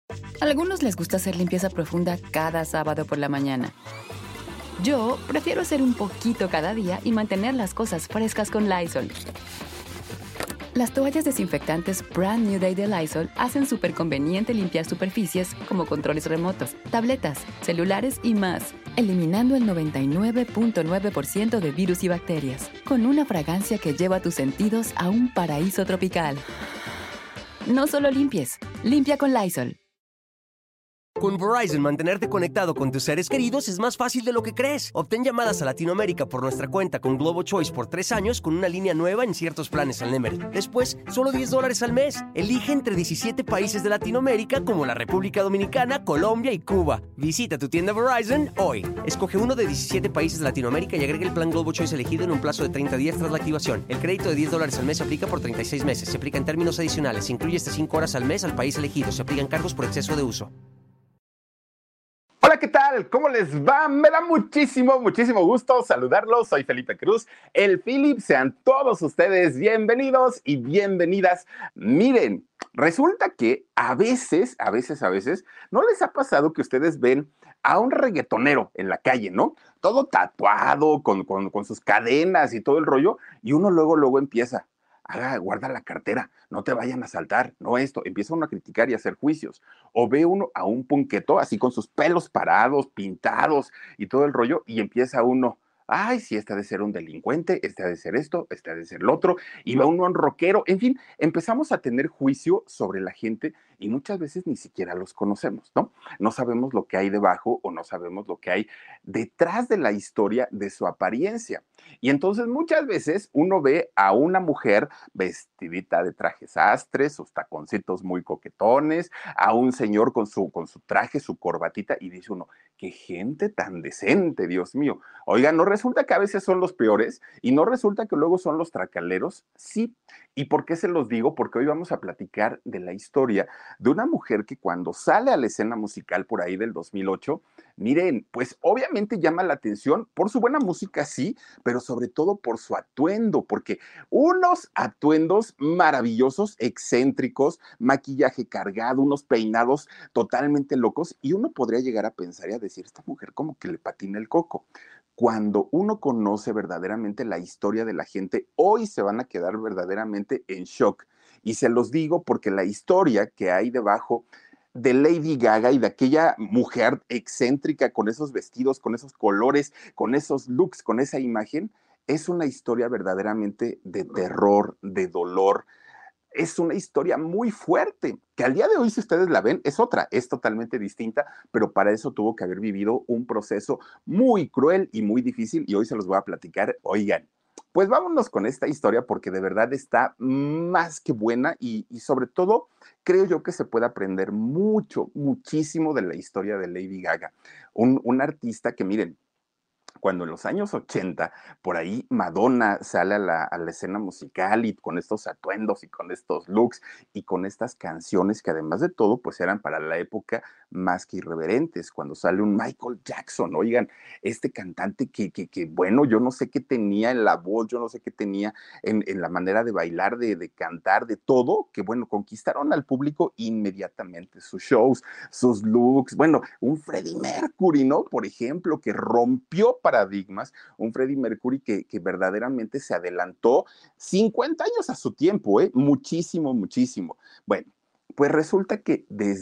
A algunos les gusta hacer limpieza profunda cada sábado por la mañana. Yo prefiero hacer un poquito cada día y mantener las cosas frescas con Lysol. Las toallas desinfectantes Brand New Day de Lysol hacen súper conveniente limpiar superficies como controles remotos, tabletas, celulares y más, eliminando el 99.9% de virus y bacterias, con una fragancia que lleva tus sentidos a un paraíso tropical. No solo limpies, limpia con Lysol. Con Verizon, mantenerte conectado con tus seres queridos es más fácil de lo que crees. Obtén llamadas a Latinoamérica por nuestra cuenta con Globo Choice por 3 años con una línea nueva en ciertos planes al Nemery. Después, solo $10 al mes. Elige entre 17 países de Latinoamérica como la República Dominicana, Colombia y Cuba. Visita tu tienda Verizon hoy. Escoge uno de 17 países de Latinoamérica y agrega el plan Globo Choice elegido en un plazo de 30 días tras la activación. El crédito de $10 al mes se aplica por 36 meses. Se aplica en términos adicionales. Se incluye hasta 5 horas al mes al país elegido. Se aplican cargos por exceso de uso. Hola, ¿qué tal? ¿Cómo les va? Me da muchísimo gusto saludarlos. Soy Felipe Cruz, el Philip. Sean todos ustedes bienvenidos y bienvenidas. Miren, resulta que a veces, ¿no les ha pasado que ustedes ven a un reggaetonero en la calle, ¿no? Todo tatuado, con sus cadenas y todo el rollo, y uno luego empieza: guarda la cartera, no te vayan a asaltar, no esto. Empieza uno a criticar y a hacer juicios. O ve uno a un punqueto así con sus pelos parados, pintados y todo el rollo, y empieza uno: ay, sí, este ha de ser un delincuente, este ha de ser esto, este ha de ser lo otro, y va uno a un rockero. En fin, empezamos a tener juicio sobre la gente y muchas veces ni siquiera los conocemos, ¿no? No sabemos lo que hay debajo o no sabemos lo que hay detrás de la historia de su apariencia. Y entonces muchas veces uno ve a una mujer vestidita de trajes sastres, sus taconcitos muy coquetones, a un señor con su traje, su corbatita, y dice uno: qué gente tan decente, Dios mío. Oigan, ¿no resulta que a veces son los peores y no resulta que luego son los tracaleros? Sí. ¿Y por qué se los digo? Porque hoy vamos a platicar de la historia de una mujer que cuando sale a la escena musical por ahí del 2008, miren, pues obviamente llama la atención por su buena música, sí, pero sobre todo por su atuendo, porque unos atuendos maravillosos, excéntricos, maquillaje cargado, unos peinados totalmente locos, y uno podría llegar a pensar y a decir: esta mujer como que le patina el coco. Cuando uno conoce verdaderamente la historia de la gente, hoy se van a quedar verdaderamente en shock. Y se los digo porque la historia que hay debajo de Lady Gaga y de aquella mujer excéntrica con esos vestidos, con esos colores, con esos looks, con esa imagen, es una historia verdaderamente de terror, de dolor. Es una historia muy fuerte, que al día de hoy, si ustedes la ven, es otra, es totalmente distinta, pero para eso tuvo que haber vivido un proceso muy cruel y muy difícil, y hoy se los voy a platicar. Oigan, pues vámonos con esta historia porque de verdad está más que buena, y sobre todo creo yo que se puede aprender mucho, muchísimo de la historia de Lady Gaga, un artista que, miren, cuando en los años 80, por ahí Madonna sale a la escena musical y con estos atuendos y con estos looks y con estas canciones que además de todo, pues eran para la época más que irreverentes. Cuando sale un Michael Jackson, oigan, este cantante que bueno, yo no sé qué tenía en la voz, yo no sé qué tenía en la manera de bailar, de cantar, de todo, que bueno, conquistaron al público inmediatamente. Sus shows, sus looks, bueno, un Freddie Mercury, ¿no? Por ejemplo, que rompió paradigmas, un Freddie Mercury que verdaderamente se adelantó 50 años a su tiempo, ¿eh? Muchísimo, muchísimo. Bueno, pues resulta que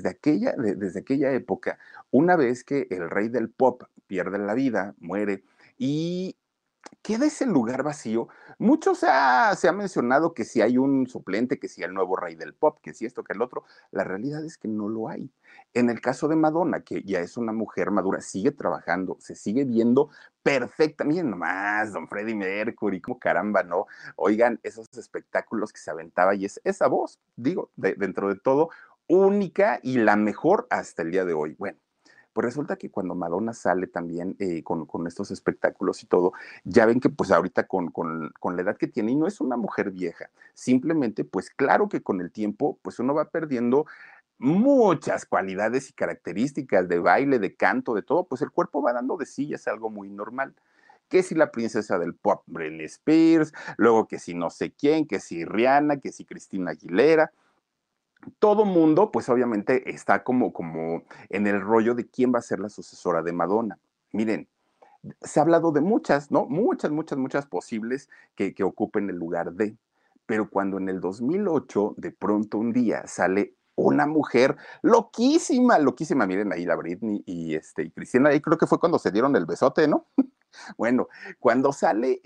desde aquella época, una vez que el rey del pop pierde la vida, muere, y queda ese lugar vacío. Mucho se ha mencionado que si hay un suplente, que si el nuevo rey del pop, que si esto, que el otro. La realidad es que no lo hay. En el caso de Madonna, que ya es una mujer madura, sigue trabajando, se sigue viendo perfecta. Miren nomás, don Freddie Mercury, como caramba, ¿no? Oigan, esos espectáculos que se aventaba y esa voz, digo, dentro de todo, única y la mejor hasta el día de hoy. Bueno, pues resulta que cuando Madonna sale también con estos espectáculos y todo, ya ven que pues ahorita con la edad que tiene, y no es una mujer vieja, simplemente pues claro que con el tiempo pues uno va perdiendo muchas cualidades y características de baile, de canto, de todo, pues el cuerpo va dando de sí, es algo muy normal. Que si la princesa del pop, Britney Spears, luego que si no sé quién, que si Rihanna, que si Cristina Aguilera. todo mundo, pues obviamente está como en el rollo de quién va a ser la sucesora de Madonna. Miren, se ha hablado de muchas, ¿no? Muchas posibles que ocupen el lugar de. Pero cuando en el 2008, de pronto un día sale una mujer loquísima, loquísima, miren ahí la Britney y Cristina, ahí creo que fue cuando se dieron el besote, ¿no? Bueno, cuando sale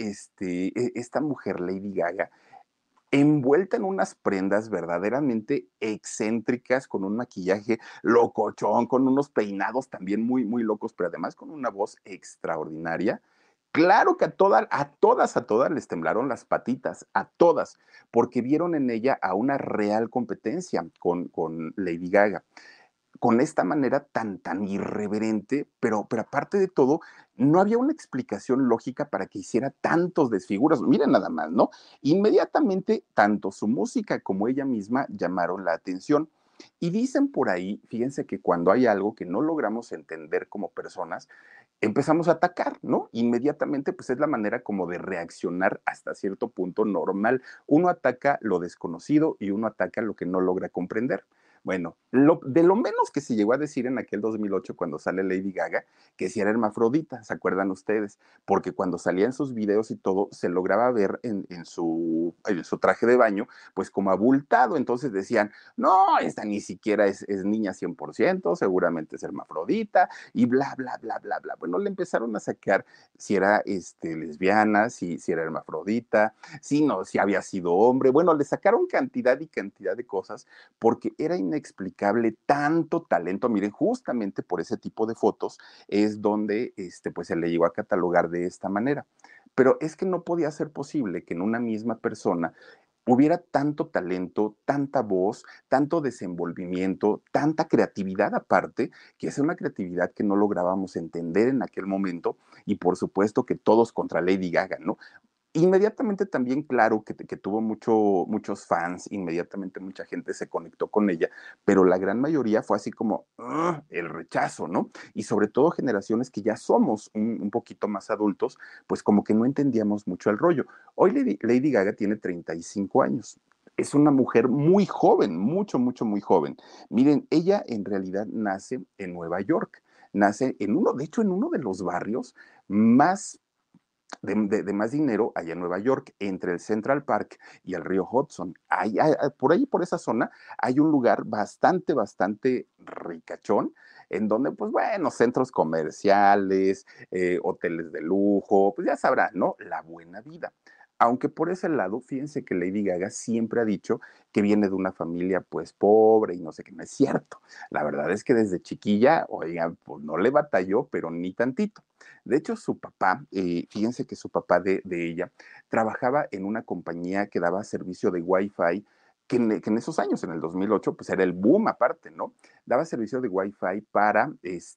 esta mujer Lady Gaga, envuelta en unas prendas verdaderamente excéntricas, con un maquillaje locochón, con unos peinados también muy locos, pero además con una voz extraordinaria. Claro que a todas les temblaron las patitas, a todas, porque vieron en ella a una real competencia con Lady Gaga con esta manera tan irreverente, pero aparte de todo, no había una explicación lógica para que hiciera tantos desfiguros. Miren nada más, ¿no? Inmediatamente, tanto su música como ella misma llamaron la atención. Y dicen por ahí, fíjense que cuando hay algo que no logramos entender como personas, empezamos a atacar, ¿no? Inmediatamente, pues es la manera como de reaccionar hasta cierto punto normal. Uno ataca lo desconocido y uno ataca lo que no logra comprender. Bueno, de lo menos que se llegó a decir en aquel 2008 cuando sale Lady Gaga, que si era hermafrodita, ¿se acuerdan ustedes? Porque cuando salía en sus videos y todo, se lograba ver en su traje de baño, pues como abultado. Entonces decían, no, esta ni siquiera es niña 100%, seguramente es hermafrodita, y bla. Bueno, le empezaron a sacar si era lesbiana, si era hermafrodita, si no, si había sido hombre. Bueno, le sacaron cantidad y cantidad de cosas porque era inexplicable tanto talento. Miren, justamente por ese tipo de fotos es donde pues se le llegó a catalogar de esta manera. Pero es que no podía ser posible que en una misma persona hubiera tanto talento, tanta voz, tanto desenvolvimiento, tanta creatividad aparte, que es una creatividad que no lográbamos entender en aquel momento y por supuesto que todos contra Lady Gaga, ¿no? Inmediatamente también, claro, que tuvo muchos fans, inmediatamente mucha gente se conectó con ella, pero la gran mayoría fue así como el rechazo, ¿no? Y sobre todo generaciones que ya somos un poquito más adultos, pues como que no entendíamos mucho el rollo. Hoy Lady Gaga tiene 35 años. Es una mujer muy joven, muy joven. Miren, ella en realidad nace en Nueva York, nace de hecho, en uno de los barrios más de más dinero allá en Nueva York, entre el Central Park y el río Hudson. Por ahí, por esa zona, hay un lugar bastante ricachón, en donde, pues bueno, centros comerciales, hoteles de lujo, pues ya sabrán, ¿no? La buena vida. Aunque por ese lado, fíjense que Lady Gaga siempre ha dicho que viene de una familia pues pobre y no sé qué, no es cierto. La verdad es que desde chiquilla, oiga, pues no le batalló, pero ni tantito. De hecho, su papá, fíjense que su papá de ella trabajaba en una compañía que daba servicio de Wi-Fi, que en esos años, en el 2008, pues era el boom aparte, ¿no? Daba servicio de Wi-Fi para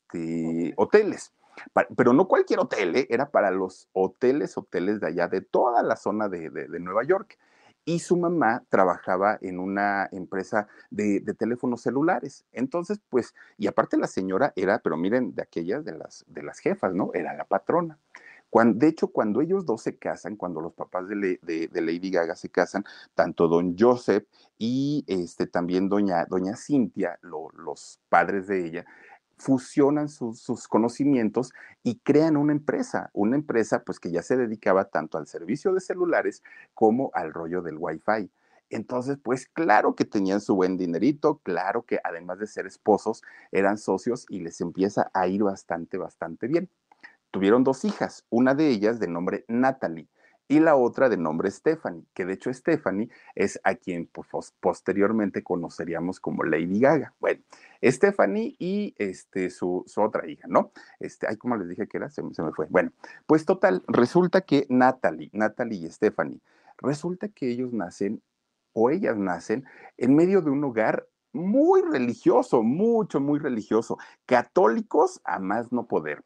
hoteles. Pero no cualquier hotel, ¿eh? Era para los hoteles de allá, de toda la zona de Nueva York. Y su mamá trabajaba en una empresa de teléfonos celulares. Entonces, pues, y aparte la señora era, pero miren, de aquellas de las jefas, ¿no? Era la patrona. De hecho, cuando ellos dos se casan, cuando los papás de Lady Gaga se casan, tanto don Joseph y también doña Cintia, los padres de ella, fusionan sus conocimientos y crean una empresa pues que ya se dedicaba tanto al servicio de celulares como al rollo del Wi-Fi. Entonces, pues claro que tenían su buen dinerito, claro que además de ser esposos, eran socios y les empieza a ir bastante bien. Tuvieron dos hijas, una de ellas de nombre Natalie y la otra de nombre Stephanie, que de hecho Stephanie es a quien posteriormente conoceríamos como Lady Gaga. Bueno, Stephanie y su otra hija, ¿no? Ay, ¿cómo les dije que era? Se me fue. Bueno, pues total, resulta que Natalie y Stephanie, resulta que ellos nacen o ellas nacen en medio de un hogar muy religioso, muy religioso, católicos a más no poder.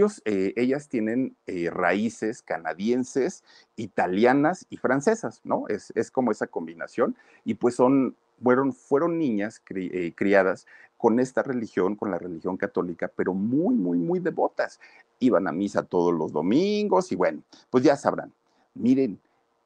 Ellas tienen raíces canadienses, italianas y francesas, ¿no? Es como esa combinación y pues fueron niñas criadas con esta religión, con la religión católica, pero muy devotas. Iban a misa todos los domingos y bueno, pues ya sabrán. Miren,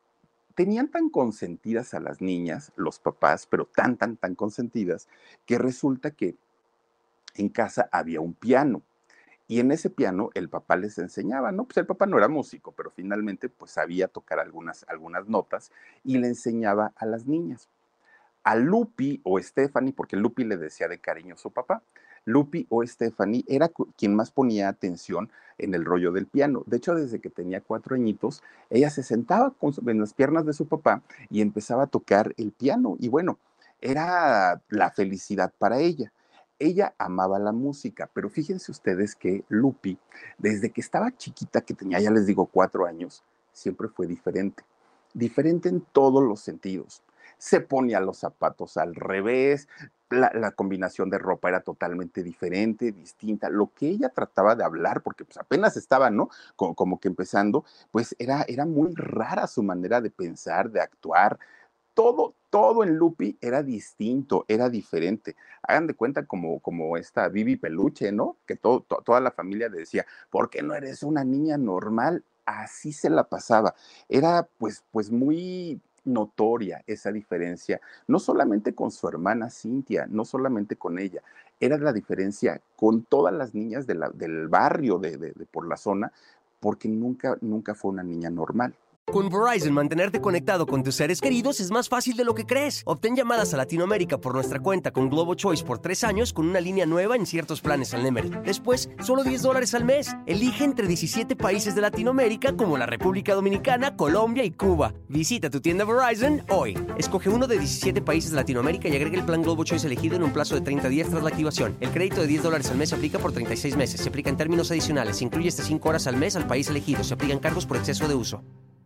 tenían tan consentidas a las niñas, los papás, pero tan consentidas, que resulta que en casa había un piano. Y en ese piano el papá les enseñaba, ¿no? Pues el papá no era músico, pero finalmente pues sabía tocar algunas notas y le enseñaba a las niñas. A Lupi o Stephanie, porque Lupi le decía de cariño a su papá, Lupi o Stephanie era quien más ponía atención en el rollo del piano. De hecho, desde que tenía 4 añitos, ella se sentaba en las piernas de su papá y empezaba a tocar el piano. Y bueno, era la felicidad para ella. Ella amaba la música, pero fíjense ustedes que Lupi, desde que estaba chiquita, que tenía, ya les digo, 4 años, siempre fue diferente. Diferente en todos los sentidos. Se ponía los zapatos al revés, la combinación de ropa era totalmente diferente, distinta. Lo que ella trataba de hablar, porque pues apenas estaba, ¿no? Como que empezando, pues era muy rara su manera de pensar, de actuar. Todo en Lupi era distinto, era diferente. Hagan de cuenta como esta Vivi Peluche, ¿no? Que toda la familia decía, ¿por qué no eres una niña normal? Así se la pasaba. Era pues muy notoria esa diferencia, no solamente con su hermana Cintia, no solamente con ella, era la diferencia con todas las niñas del barrio, por la zona, porque nunca fue una niña normal. Con Verizon, mantenerte conectado con tus seres queridos es más fácil de lo que crees. Obtén llamadas a Latinoamérica por nuestra cuenta con Globo Choice por 3 años con una línea nueva en ciertos planes al Nemery. Después, solo $10 al mes. Elige entre 17 países de Latinoamérica como la República Dominicana, Colombia y Cuba. Visita tu tienda Verizon hoy. Escoge uno de 17 países de Latinoamérica y agrega el plan Globo Choice elegido en un plazo de 30 días tras la activación. El crédito de $10 al mes se aplica por 36 meses. Se aplica en términos adicionales. Se incluye hasta 5 horas al mes al país elegido. Se aplican cargos por exceso de uso.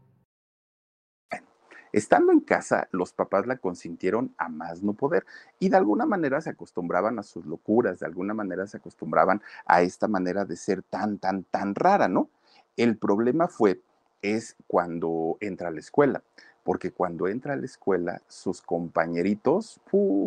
Estando en casa, los papás la consintieron a más no poder y de alguna manera se acostumbraban a sus locuras, de alguna manera se acostumbraban a esta manera de ser tan rara, ¿no? El problema es cuando entra a la escuela, porque cuando entra a la escuela, sus compañeritos,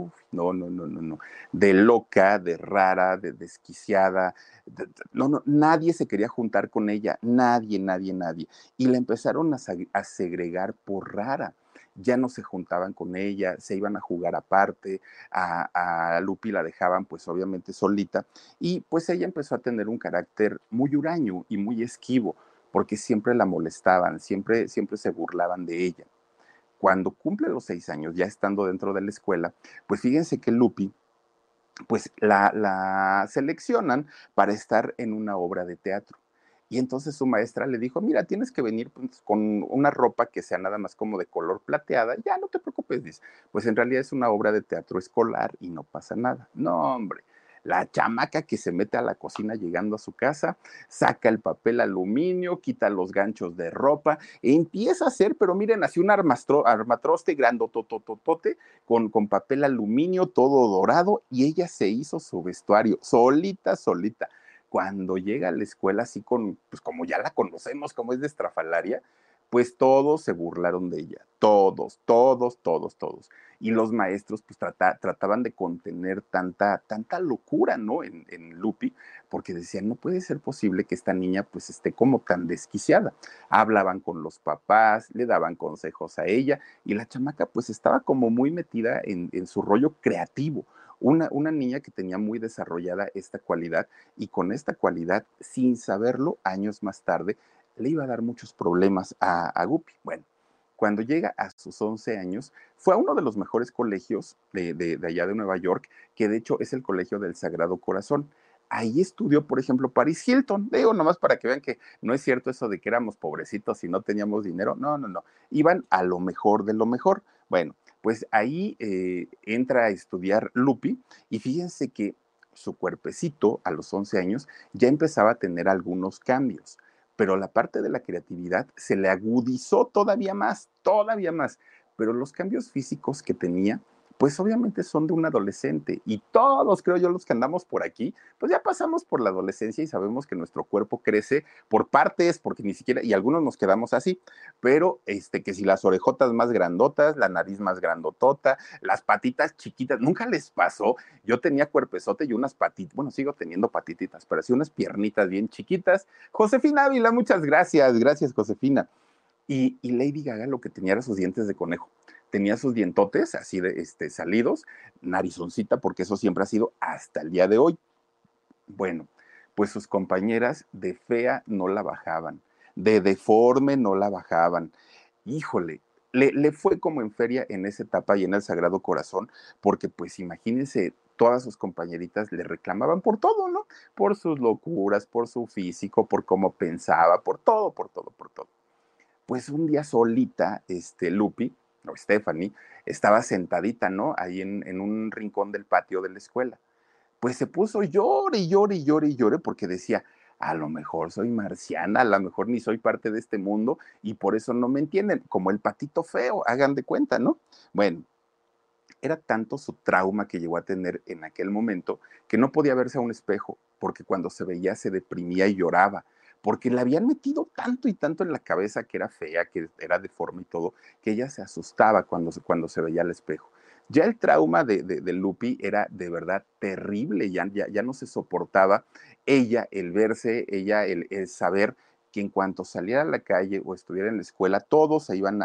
no, de loca, de rara, de desquiciada, no, nadie se quería juntar con ella, nadie. Y la empezaron a segregar por rara. Ya no se juntaban con ella, se iban a jugar aparte, a Lupi la dejaban pues obviamente solita y pues ella empezó a tener un carácter muy huraño y muy esquivo, porque siempre la molestaban, siempre se burlaban de ella. Cuando cumple los 6 años, ya estando dentro de la escuela, pues fíjense que Lupi pues la seleccionan para estar en una obra de teatro. Y entonces su maestra le dijo, mira, tienes que venir pues, con una ropa que sea nada más como de color plateada. Ya, no te preocupes, dice. Pues en realidad es una obra de teatro escolar y no pasa nada. No, hombre. La chamaca que se mete a la cocina llegando a su casa, saca el papel aluminio, quita los ganchos de ropa, e empieza a hacer, pero miren, así un armatroste grandotototote con papel aluminio, todo dorado, y ella se hizo su vestuario, solita. Cuando llega a la escuela así pues como ya la conocemos, como es de estrafalaria, pues todos se burlaron de ella, todos. Y los maestros pues trataban de contener tanta locura, ¿no? En Lupi, porque decían, no puede ser posible que esta niña pues esté como tan desquiciada. Hablaban con los papás, le daban consejos a ella, y la chamaca pues estaba como muy metida en su rollo creativo. Una niña que tenía muy desarrollada esta cualidad y con esta cualidad, sin saberlo, años más tarde, le iba a dar muchos problemas a Guppy. Bueno, cuando llega a sus 11 años, fue a uno de los mejores colegios de allá de Nueva York, que de hecho es el Colegio del Sagrado Corazón. Ahí estudió, por ejemplo, Paris Hilton. Digo, nomás para que vean que no es cierto eso de que éramos pobrecitos y no teníamos dinero. No. Iban a lo mejor de lo mejor. Bueno, pues ahí entra a estudiar Lupi y fíjense que su cuerpecito a los 11 años ya empezaba a tener algunos cambios, pero la parte de la creatividad se le agudizó todavía más, pero los cambios físicos que tenía, pues obviamente son de un adolescente y todos, creo yo, los que andamos por aquí, pues ya pasamos por la adolescencia y sabemos que nuestro cuerpo crece por partes, porque ni siquiera, y algunos nos quedamos así, pero que si las orejotas más grandotas, la nariz más grandotota, las patitas chiquitas, nunca les pasó. Yo tenía cuerpezote y unas patitas, bueno, sigo teniendo patititas, pero así unas piernitas bien chiquitas. Josefina Ávila, muchas gracias Josefina. Y Lady Gaga lo que tenía era sus dientes de conejo. Tenía sus dientotes así de salidos, narizoncita, porque eso siempre ha sido hasta el día de hoy. Bueno, pues sus compañeras de fea no la bajaban, de deforme no la bajaban. Híjole, le fue como en feria en esa etapa y en el Sagrado Corazón, porque pues imagínense, todas sus compañeritas le reclamaban por todo, ¿no? Por sus locuras, por su físico, por cómo pensaba, por todo, por todo, por todo. Pues un día solita, Lupi, o Stephanie, estaba sentadita, ¿no? Ahí en un rincón del patio de la escuela. Pues se puso llore y llore y llore y llore porque decía, a lo mejor soy marciana, a lo mejor ni soy parte de este mundo y por eso no me entienden, como el patito feo, hagan de cuenta, ¿no? Bueno, era tanto su trauma que llegó a tener en aquel momento que no podía verse a un espejo, porque cuando se veía se deprimía y lloraba, porque le habían metido tanto y tanto en la cabeza que era fea, que era deforme y todo, que ella se asustaba cuando se veía al espejo. Ya el trauma de Lupi era de verdad terrible, ya no se soportaba ella el verse, ella el saber que en cuanto saliera a la calle o estuviera en la escuela, todos se iban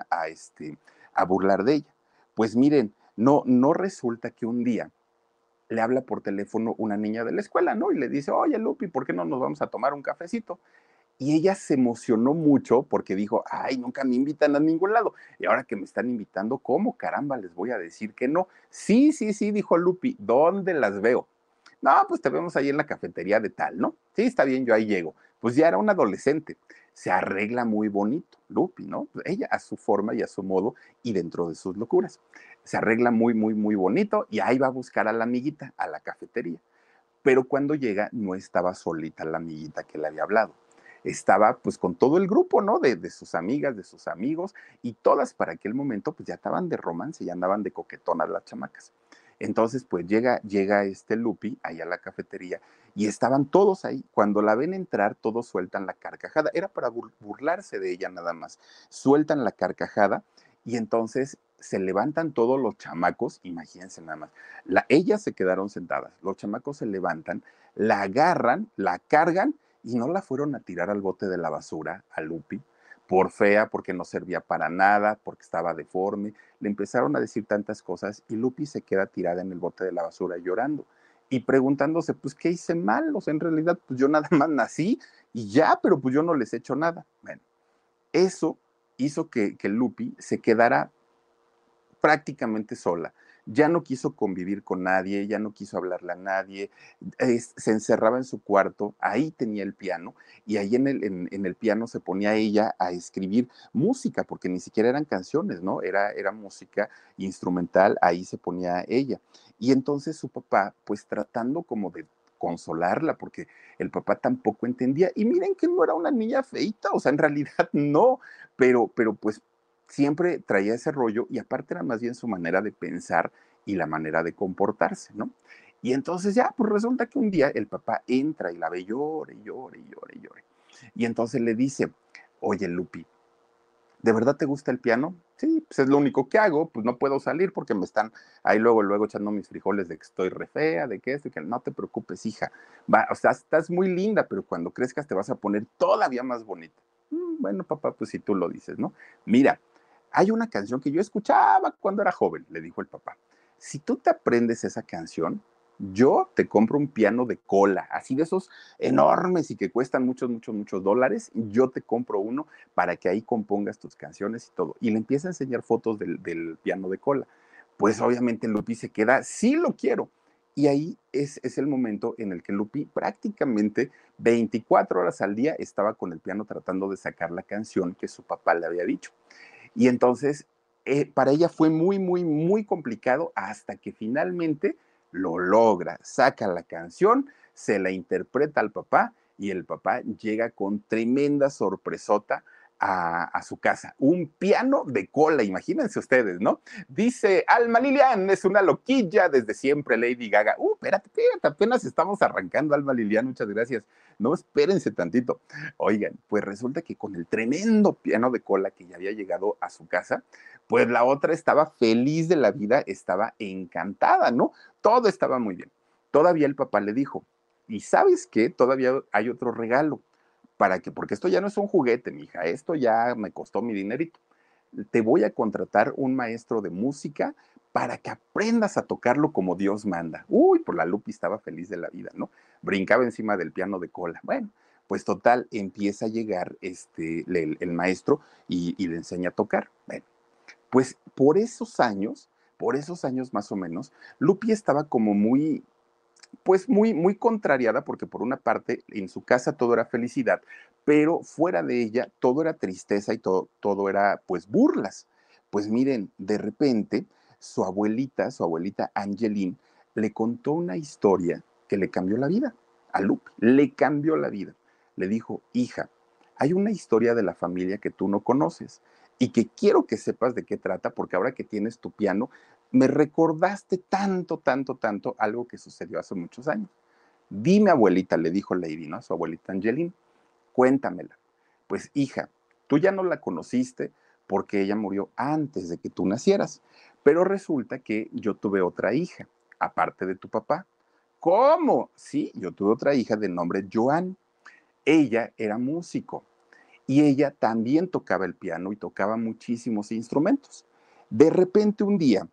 a burlar de ella. Pues miren, no resulta que un día le habla por teléfono una niña de la escuela, ¿no? Y le dice, oye, Lupi, ¿por qué no nos vamos a tomar un cafecito? Y ella se emocionó mucho porque dijo, ay, nunca me invitan a ningún lado. Y ahora que me están invitando, ¿cómo caramba les voy a decir que no? Sí, sí, sí, dijo Lupi, ¿dónde las veo? No, pues te vemos ahí en la cafetería de tal, ¿no? Sí, está bien, yo ahí llego. Pues ya era un adolescente. Se arregla muy bonito, Lupi, ¿no? Ella a su forma y a su modo y dentro de sus locuras. Se arregla muy, muy, muy bonito y ahí va a buscar a la amiguita, a la cafetería. Pero cuando llega no estaba solita la amiguita que le había hablado. Estaba pues con todo el grupo, ¿no? De sus amigas, de sus amigos, y todas para aquel momento pues ya estaban de romance, ya andaban de coquetonas las chamacas. Entonces pues llega este Lupi ahí a la cafetería y estaban todos ahí. Cuando la ven entrar, todos sueltan la carcajada. Era para burlarse de ella nada más. Sueltan la carcajada y entonces se levantan todos los chamacos, imagínense nada más, ellas se quedaron sentadas, los chamacos se levantan, la agarran, la cargan y no la fueron a tirar al bote de la basura, a Lupi, por fea, porque no servía para nada, porque estaba deforme. Le empezaron a decir tantas cosas y Lupi se queda tirada en el bote de la basura llorando y preguntándose, pues, ¿qué hice mal? O sea, en realidad, pues yo nada más nací y ya, pero pues yo no les he hecho nada. Bueno, eso hizo que Lupi se quedara prácticamente sola. Ya no quiso convivir con nadie, ya no quiso hablarle a nadie, se encerraba en su cuarto, ahí tenía el piano y ahí en el piano se ponía ella a escribir música, porque ni siquiera eran canciones, ¿no? Era música instrumental, ahí se ponía ella. Y entonces su papá, pues tratando como de consolarla, porque el papá tampoco entendía. Y miren que no era una niña feita, o sea, en realidad no, pero pues siempre traía ese rollo y aparte era más bien su manera de pensar y la manera de comportarse, ¿no? Y entonces ya, pues resulta que un día el papá entra y la ve llore, llore, llore, llore. Y entonces le dice, oye Lupi, ¿de verdad te gusta el piano? Sí, pues es lo único que hago, pues no puedo salir porque me están ahí luego echando mis frijoles de que estoy re fea, de que esto y que no te preocupes, hija. Va, o sea, estás muy linda, pero cuando crezcas te vas a poner todavía más bonita. Bueno, papá, pues si tú lo dices, ¿no? Mira, hay una canción que yo escuchaba cuando era joven, le dijo el papá. Si tú te aprendes esa canción, yo te compro un piano de cola, así de esos enormes y que cuestan muchos, muchos, muchos dólares. Yo te compro uno para que ahí compongas tus canciones y todo. Y le empieza a enseñar fotos del piano de cola. Pues obviamente Lupi se queda, sí lo quiero. Y ahí es el momento en el que Lupi prácticamente 24 horas al día estaba con el piano tratando de sacar la canción que su papá le había dicho. Y entonces, para ella fue muy, muy, muy complicado hasta que finalmente lo logra, saca la canción, se la interpreta al papá y el papá llega con tremenda sorpresota a su casa. Un piano de cola, imagínense ustedes, ¿no? Dice Alma Lilian, es una loquilla desde siempre, Lady Gaga. Espérate, espérate, apenas estamos arrancando, Alma Lilian, muchas gracias. No, espérense tantito. Oigan, pues resulta que con el tremendo piano de cola que ya había llegado a su casa, pues la otra estaba feliz de la vida, estaba encantada, ¿no? Todo estaba muy bien. Todavía el papá le dijo, ¿y sabes qué? Todavía hay otro regalo para que, porque esto ya no es un juguete, mija, esto ya me costó mi dinerito. Te voy a contratar un maestro de música para que aprendas a tocarlo como Dios manda. Uy, por la Lupi estaba feliz de la vida, ¿no? Brincaba encima del piano de cola. Bueno, pues total, empieza a llegar el maestro y le enseña a tocar. Bueno, pues por esos años más o menos, Lupi estaba como muy, pues muy contrariada, porque por una parte en su casa todo era felicidad, pero fuera de ella todo era tristeza y todo era pues burlas. Pues miren, de repente su abuelita Angeline, le contó una historia que le cambió la vida a Lupe, le cambió la vida. Le dijo, hija, hay una historia de la familia que tú no conoces y que quiero que sepas de qué trata, porque ahora que tienes tu piano, me recordaste tanto, tanto, tanto algo que sucedió hace muchos años. Dime, abuelita, le dijo Lady, ¿no? A su abuelita Angeline, cuéntamela. Pues, hija, tú ya no la conociste porque ella murió antes de que tú nacieras, pero resulta que yo tuve otra hija, aparte de tu papá. ¿Cómo? Sí, yo tuve otra hija de nombre Joan. Ella era músico y ella también tocaba el piano y tocaba muchísimos instrumentos. De repente un día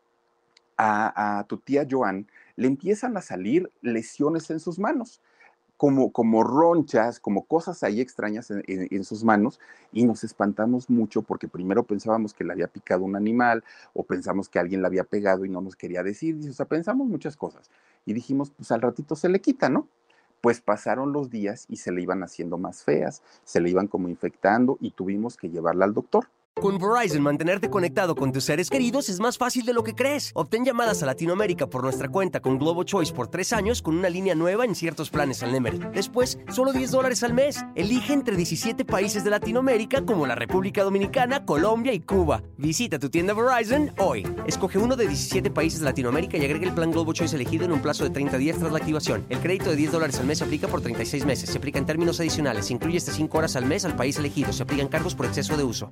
a tu tía Joan le empiezan a salir lesiones en sus manos, como ronchas, como cosas ahí extrañas en sus manos, y nos espantamos mucho porque primero pensábamos que le había picado un animal o pensamos que alguien la había pegado y no nos quería decir, o sea, pensamos muchas cosas y dijimos, pues al ratito se le quita, ¿no? Pues pasaron los días y se le iban haciendo más feas, se le iban como infectando y tuvimos que llevarla al doctor. Con Verizon, mantenerte conectado con tus seres queridos es más fácil de lo que crees. Obtén llamadas a Latinoamérica por nuestra cuenta con Globo Choice por 3 años con una línea nueva en ciertos planes al Nemery. Después, solo $10 al mes. Elige entre 17 países de Latinoamérica como la República Dominicana, Colombia y Cuba. Visita tu tienda Verizon hoy. Escoge uno de 17 países de Latinoamérica y agrega el plan Globo Choice elegido en un plazo de 30 días tras la activación. El crédito de $10 al mes se aplica por 36 meses. Se aplica en términos adicionales. Se incluye hasta 5 horas al mes al país elegido. Se aplican cargos por exceso de uso.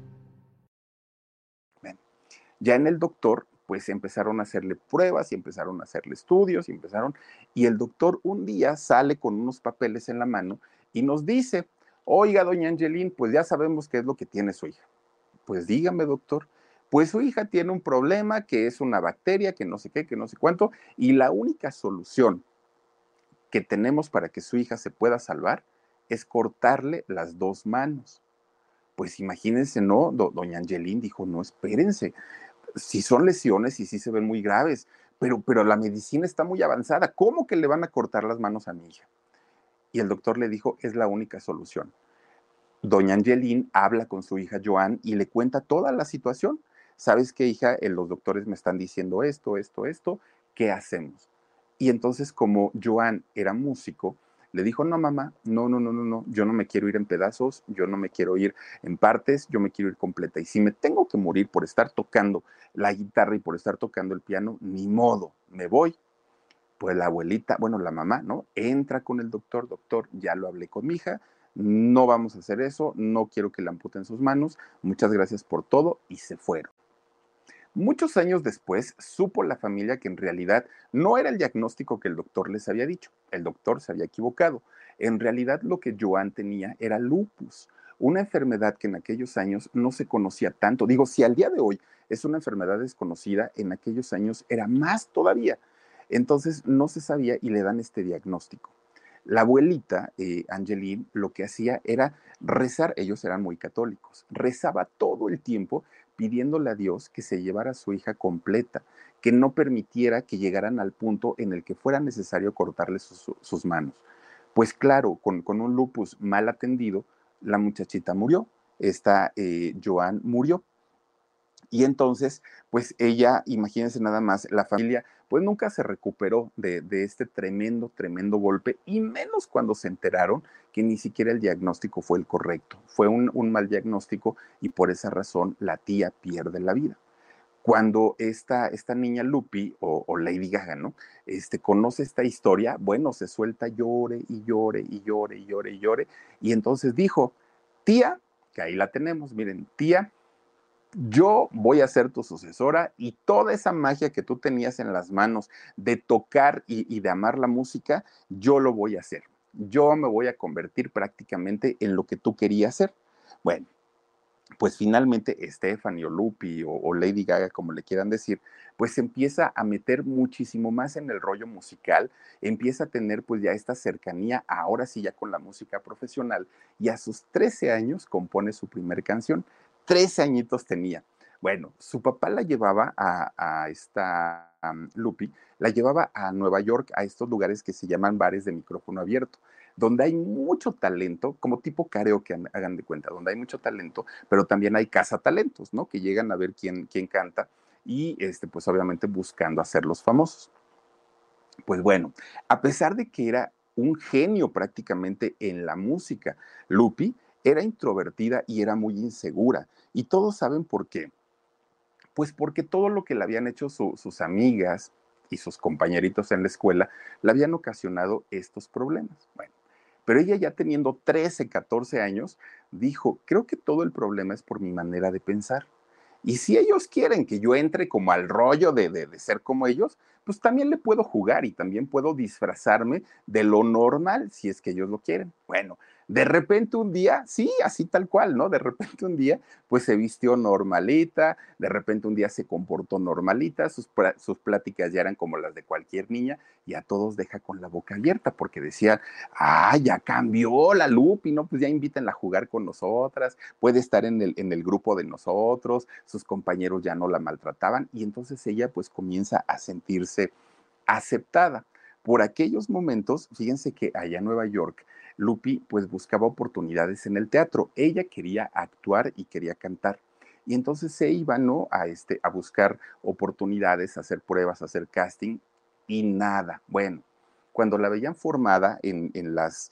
Ya en el doctor, pues empezaron a hacerle pruebas y empezaron a hacerle estudios y el doctor un día sale con unos papeles en la mano y nos dice, oiga, doña Angeline, pues ya sabemos qué es lo que tiene su hija. Pues dígame, doctor, pues su hija tiene un problema que es una bacteria, que no sé qué, que no sé cuánto, y la única solución que tenemos para que su hija se pueda salvar es cortarle las dos manos. Pues imagínense, ¿no? Doña Angeline dijo, no, espérense, si son lesiones y sí se ven muy graves, pero la medicina está muy avanzada. ¿Cómo que le van a cortar las manos a mi hija? Y el doctor le dijo, es la única solución. Doña Angeline habla con su hija Joan y le cuenta toda la situación. ¿Sabes qué, hija? Los doctores me están diciendo esto, ¿qué hacemos? Y entonces, como Joan era músico, le dijo, no, mamá, no, yo no me quiero ir en pedazos, yo no me quiero ir en partes, yo me quiero ir completa. Y si me tengo que morir por estar tocando la guitarra y por estar tocando el piano, ni modo, me voy. Pues la abuelita, bueno, la mamá, ¿no? Entra con el doctor, doctor, ya lo hablé con mi hija, no vamos a hacer eso, no quiero que le amputen sus manos, muchas gracias por todo, y se fueron. Muchos años después, supo la familia que en realidad no era el diagnóstico que el doctor les había dicho. El doctor se había equivocado. En realidad lo que Joan tenía era lupus, una enfermedad que en aquellos años no se conocía tanto. Digo, si al día de hoy es una enfermedad desconocida, en aquellos años era más todavía. Entonces no se sabía y le dan este diagnóstico. La abuelita, Angeline, lo que hacía era rezar, ellos eran muy católicos, rezaba todo el tiempo pidiéndole a Dios que se llevara a su hija completa, que no permitiera que llegaran al punto en el que fuera necesario cortarle sus manos. Pues claro, con un lupus mal atendido, la muchachita murió, esta Joan murió. Y entonces, pues ella, imagínense nada más, la familia, pues nunca se recuperó de este tremendo, tremendo golpe, y menos cuando se enteraron que ni siquiera el diagnóstico fue el correcto. Fue un mal diagnóstico y por esa razón la tía pierde la vida. Cuando esta niña Lupi o Lady Gaga, ¿no? Conoce esta historia, bueno, se suelta, llore y llore y llore y llore y llore, y entonces dijo, tía, que ahí la tenemos, miren, tía, yo voy a ser tu sucesora y toda esa magia que tú tenías en las manos de tocar y de amar la música, yo lo voy a hacer. yo me voy a convertir prácticamente en lo que tú querías ser. Bueno, pues finalmente Stephanie o Lupi o Lady Gaga, como le quieran decir, pues se empieza a meter muchísimo más en el rollo musical, empieza a tener pues ya esta cercanía, ahora sí ya con la música profesional, y a sus 13 años compone su primer canción. 13 añitos tenía. Bueno, su papá la llevaba a esta Lupi, la llevaba a Nueva York, a estos lugares que se llaman bares de micrófono abierto, donde hay mucho talento, como tipo karaoke, hagan de cuenta, donde hay mucho talento, pero también hay cazatalentos, ¿no? Que llegan a ver quién canta y, pues obviamente buscando hacerlos famosos. Pues bueno, a pesar de que era un genio prácticamente en la música, Lupi era introvertida y era muy insegura. Y todos saben por qué. Pues porque todo lo que le habían hecho sus amigas y sus compañeritos en la escuela le habían ocasionado estos problemas. Bueno, pero ella ya teniendo 13, 14 años, dijo, creo que todo el problema es por mi manera de pensar. Y si ellos quieren que yo entre como al rollo de ser como ellos, pues también le puedo jugar y también puedo disfrazarme de lo normal si es que ellos lo quieren. Bueno, de repente un día, sí, así tal cual, ¿no? De repente un día, pues se vistió normalita, de repente un día se comportó normalita, sus pláticas ya eran como las de cualquier niña y a todos deja con la boca abierta porque decían, ah, ya cambió la Lupi, ¿no? Pues ya invítenla a jugar con nosotras, puede estar en el grupo de nosotros, sus compañeros ya no la maltrataban y entonces ella pues comienza a sentirse aceptada. Por aquellos momentos, fíjense que allá en Nueva York, Lupi pues buscaba oportunidades en el teatro. Ella quería actuar y quería cantar. Y entonces se iba, ¿no? A buscar oportunidades, a hacer pruebas, a hacer casting y nada. Bueno, cuando la veían formada en las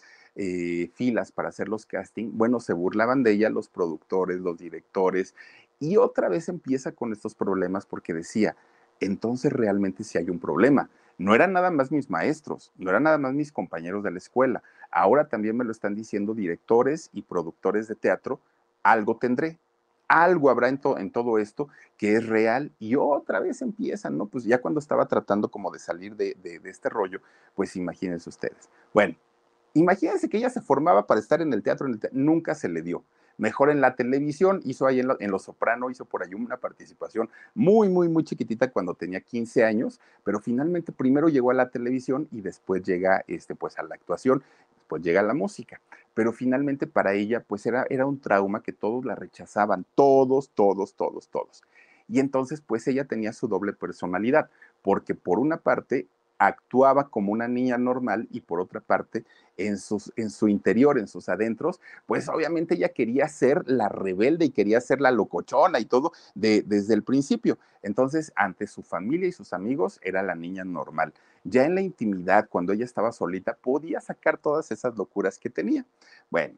filas para hacer los casting, bueno, se burlaban de ella los productores, los directores, y otra vez empieza con estos problemas porque decía, entonces realmente sí hay un problema. No eran nada más mis maestros, no eran nada más mis compañeros de la escuela. Ahora también me lo están diciendo directores y productores de teatro. Algo tendré, algo habrá en todo esto que es real y otra vez empiezan, ¿no? Pues ya cuando estaba tratando como de salir de este rollo, pues imagínense ustedes. Bueno, imagínense que ella se formaba para estar en el teatro, nunca se le dio. Mejor en la televisión, hizo ahí en Los Soprano, hizo por ahí una participación muy, muy, muy chiquitita cuando tenía 15 años, pero finalmente primero llegó a la televisión y después llega pues a la actuación, después llega a la música. Pero finalmente para ella pues era un trauma que todos la rechazaban, todos, todos, todos, todos. Y entonces pues ella tenía su doble personalidad, porque por una parte actuaba como una niña normal y por otra parte en su interior, en sus adentros, pues obviamente ella quería ser la rebelde y quería ser la locochona y todo desde el principio. Entonces, ante su familia y sus amigos, era la niña normal. Ya en la intimidad, cuando ella estaba solita, podía sacar todas esas locuras que tenía. Bueno,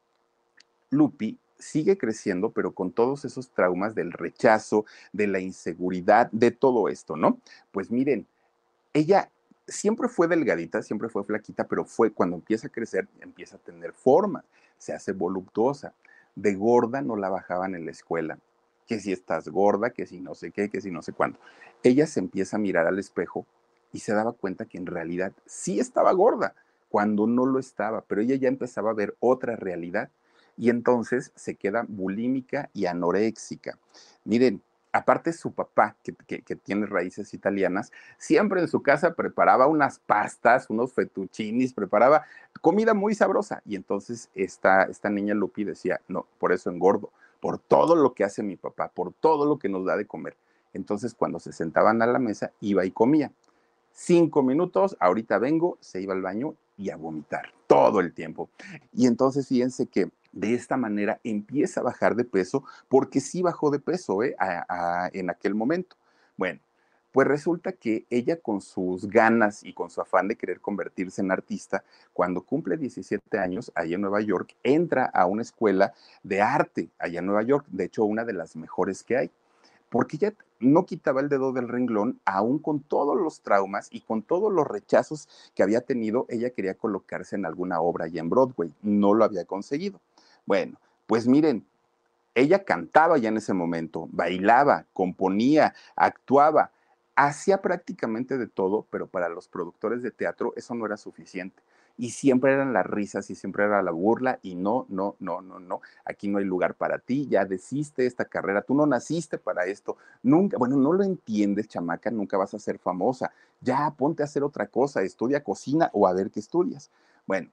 Lupi sigue creciendo, pero con todos esos traumas del rechazo, de la inseguridad, de todo esto, ¿no? Pues miren, ella siempre fue delgadita, siempre fue flaquita, pero fue cuando empieza a crecer, empieza a tener forma, se hace voluptuosa. De gorda no la bajaban en la escuela, que si estás gorda, que si no sé qué, que si no sé cuánto. Ella se empieza a mirar al espejo y se daba cuenta que en realidad sí estaba gorda, cuando no lo estaba, pero ella ya empezaba a ver otra realidad y entonces se queda bulímica y anoréxica. Miren, aparte su papá, que tiene raíces italianas, siempre en su casa preparaba unas pastas, unos fettuccinis, preparaba comida muy sabrosa. Y entonces esta niña Lupi decía, no, por eso engordo, por todo lo que hace mi papá, por todo lo que nos da de comer. Entonces cuando se sentaban a la mesa, iba y comía. 5 minutos, ahorita vengo, se iba al baño y a vomitar todo el tiempo. Y entonces fíjense que de esta manera empieza a bajar de peso, porque sí bajó de peso en aquel momento. Bueno, pues resulta que ella con sus ganas y con su afán de querer convertirse en artista, cuando cumple 17 años, allá en Nueva York, entra a una escuela de arte allá en Nueva York, de hecho una de las mejores que hay porque ella no quitaba el dedo del renglón, aún con todos los traumas y con todos los rechazos que había tenido, ella quería colocarse en alguna obra allá en Broadway, no lo había conseguido. Bueno, pues miren, ella cantaba ya en ese momento, bailaba, componía, actuaba, hacía prácticamente de todo, pero para los productores de teatro eso no era suficiente. y siempre eran las risas y siempre era la burla y no, no, no, no, no, aquí no hay lugar para ti, ya desiste esta carrera, tú no naciste para esto, nunca, bueno, no lo entiendes, chamaca, nunca vas a ser famosa, ya ponte a hacer otra cosa, estudia cocina o a ver qué estudias. Bueno,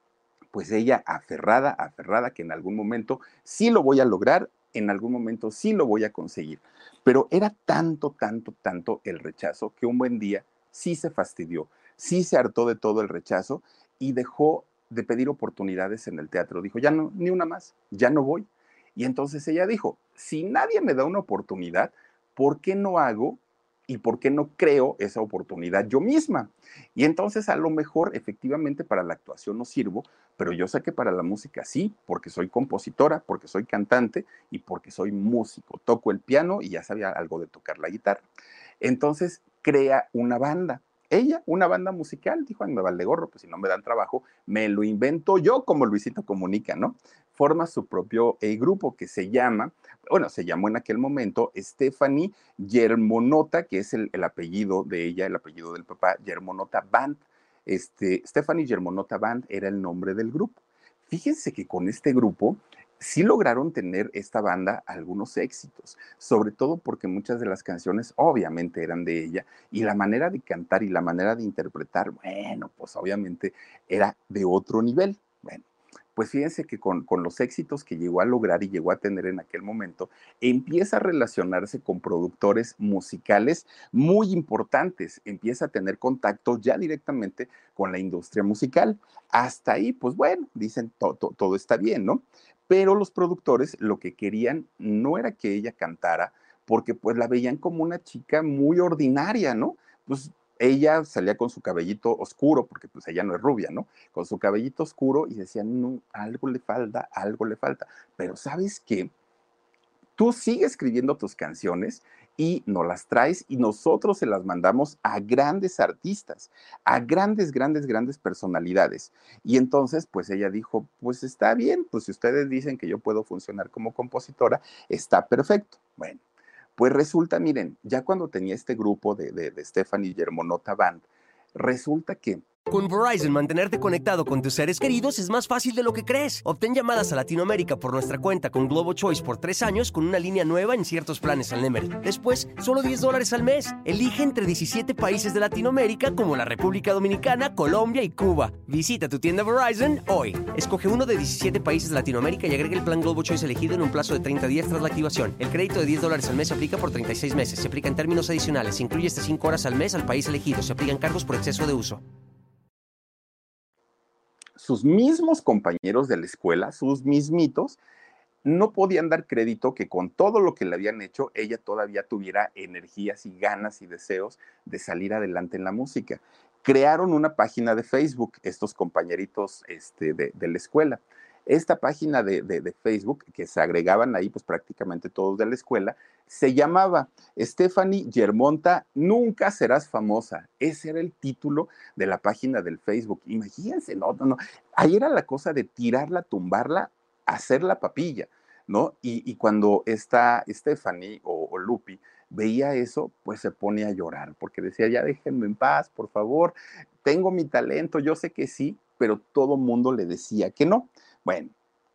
pues ella aferrada, aferrada, que en algún momento sí lo voy a lograr, en algún momento sí lo voy a conseguir. Pero era tanto, tanto, tanto el rechazo que un buen día sí se fastidió, sí se hartó de todo el rechazo y dejó de pedir oportunidades en el teatro. Dijo, ya no, ni una más, ya no voy. Y entonces ella dijo, si nadie me da una oportunidad, ¿por qué no hago y por qué no creo esa oportunidad yo misma? Y entonces a lo mejor efectivamente para la actuación no sirvo, pero yo sé que para la música sí, porque soy compositora, porque soy cantante y porque soy músico. Toco el piano y ya sabía algo de tocar la guitarra. Entonces crea una banda. Ella, una banda musical, dijo, ay, me vale gorro, pues si no me dan trabajo, me lo invento yo como Luisito Comunica, ¿no? Forma su propio grupo que se llama, bueno, se llamó en aquel momento Stephanie Germonota, que es el apellido de ella, el apellido del papá, Germonota Band. Stephanie Germonota Band era el nombre del grupo. Fíjense que con este grupo sí lograron tener esta banda algunos éxitos, sobre todo porque muchas de las canciones obviamente eran de ella y la manera de cantar y la manera de interpretar, bueno, pues obviamente era de otro nivel. Bueno, pues fíjense que con los éxitos que llegó a lograr y llegó a tener en aquel momento, empieza a relacionarse con productores musicales muy importantes, empieza a tener contacto ya directamente con la industria musical. Hasta ahí, pues bueno, dicen todo está bien, ¿no? Pero los productores lo que querían no era que ella cantara, porque pues la veían como una chica muy ordinaria, ¿no? Pues ella salía con su cabellito oscuro, porque pues ella no es rubia, ¿no? Con su cabellito oscuro y decían, no, algo le falta, algo le falta. Pero ¿sabes qué? Tú sigues escribiendo tus canciones y nos las traes y nosotros se las mandamos a grandes artistas, a grandes, grandes, grandes personalidades. Y entonces, pues ella dijo, pues está bien, pues si ustedes dicen que yo puedo funcionar como compositora, está perfecto. Bueno, pues resulta, miren, ya cuando tenía este grupo de Stephanie Germonota Band, resulta que Con Verizon, mantenerte conectado con tus seres queridos es más fácil de lo que crees. Obtén llamadas a Latinoamérica por nuestra cuenta con Globo Choice por 3 años con una línea nueva en ciertos planes al Nemery. Después, solo $10 al mes. Elige entre 17 países de Latinoamérica como la República Dominicana, Colombia y Cuba. Visita tu tienda Verizon hoy. Escoge uno de 17 países de Latinoamérica y agrega el plan Globo Choice elegido en un plazo de 30 días tras la activación. El crédito de $10 al mes se aplica por 36 meses. Se aplica en términos adicionales. Se incluye hasta 5 horas al mes al país elegido. Se aplican cargos por exceso de uso. sus mismos compañeros de la escuela, sus mismitos, no podían dar crédito que con todo lo que le habían hecho, ella todavía tuviera energías y ganas y deseos de salir adelante en la música. Crearon una página de Facebook, estos compañeritos de la escuela. Esta página de Facebook, que se agregaban ahí pues prácticamente todos de la escuela, se llamaba Stephanie Germonta, nunca serás famosa. Ese era el título de la página del Facebook. Imagínense, no, no, no. Ahí era la cosa de tirarla, tumbarla, hacer la papilla, ¿no? Y cuando esta Stephanie o Lupi veía eso, pues se pone a llorar, porque decía, ya déjenme en paz, por favor, tengo mi talento, yo sé que sí, pero todo mundo le decía que no. Bueno,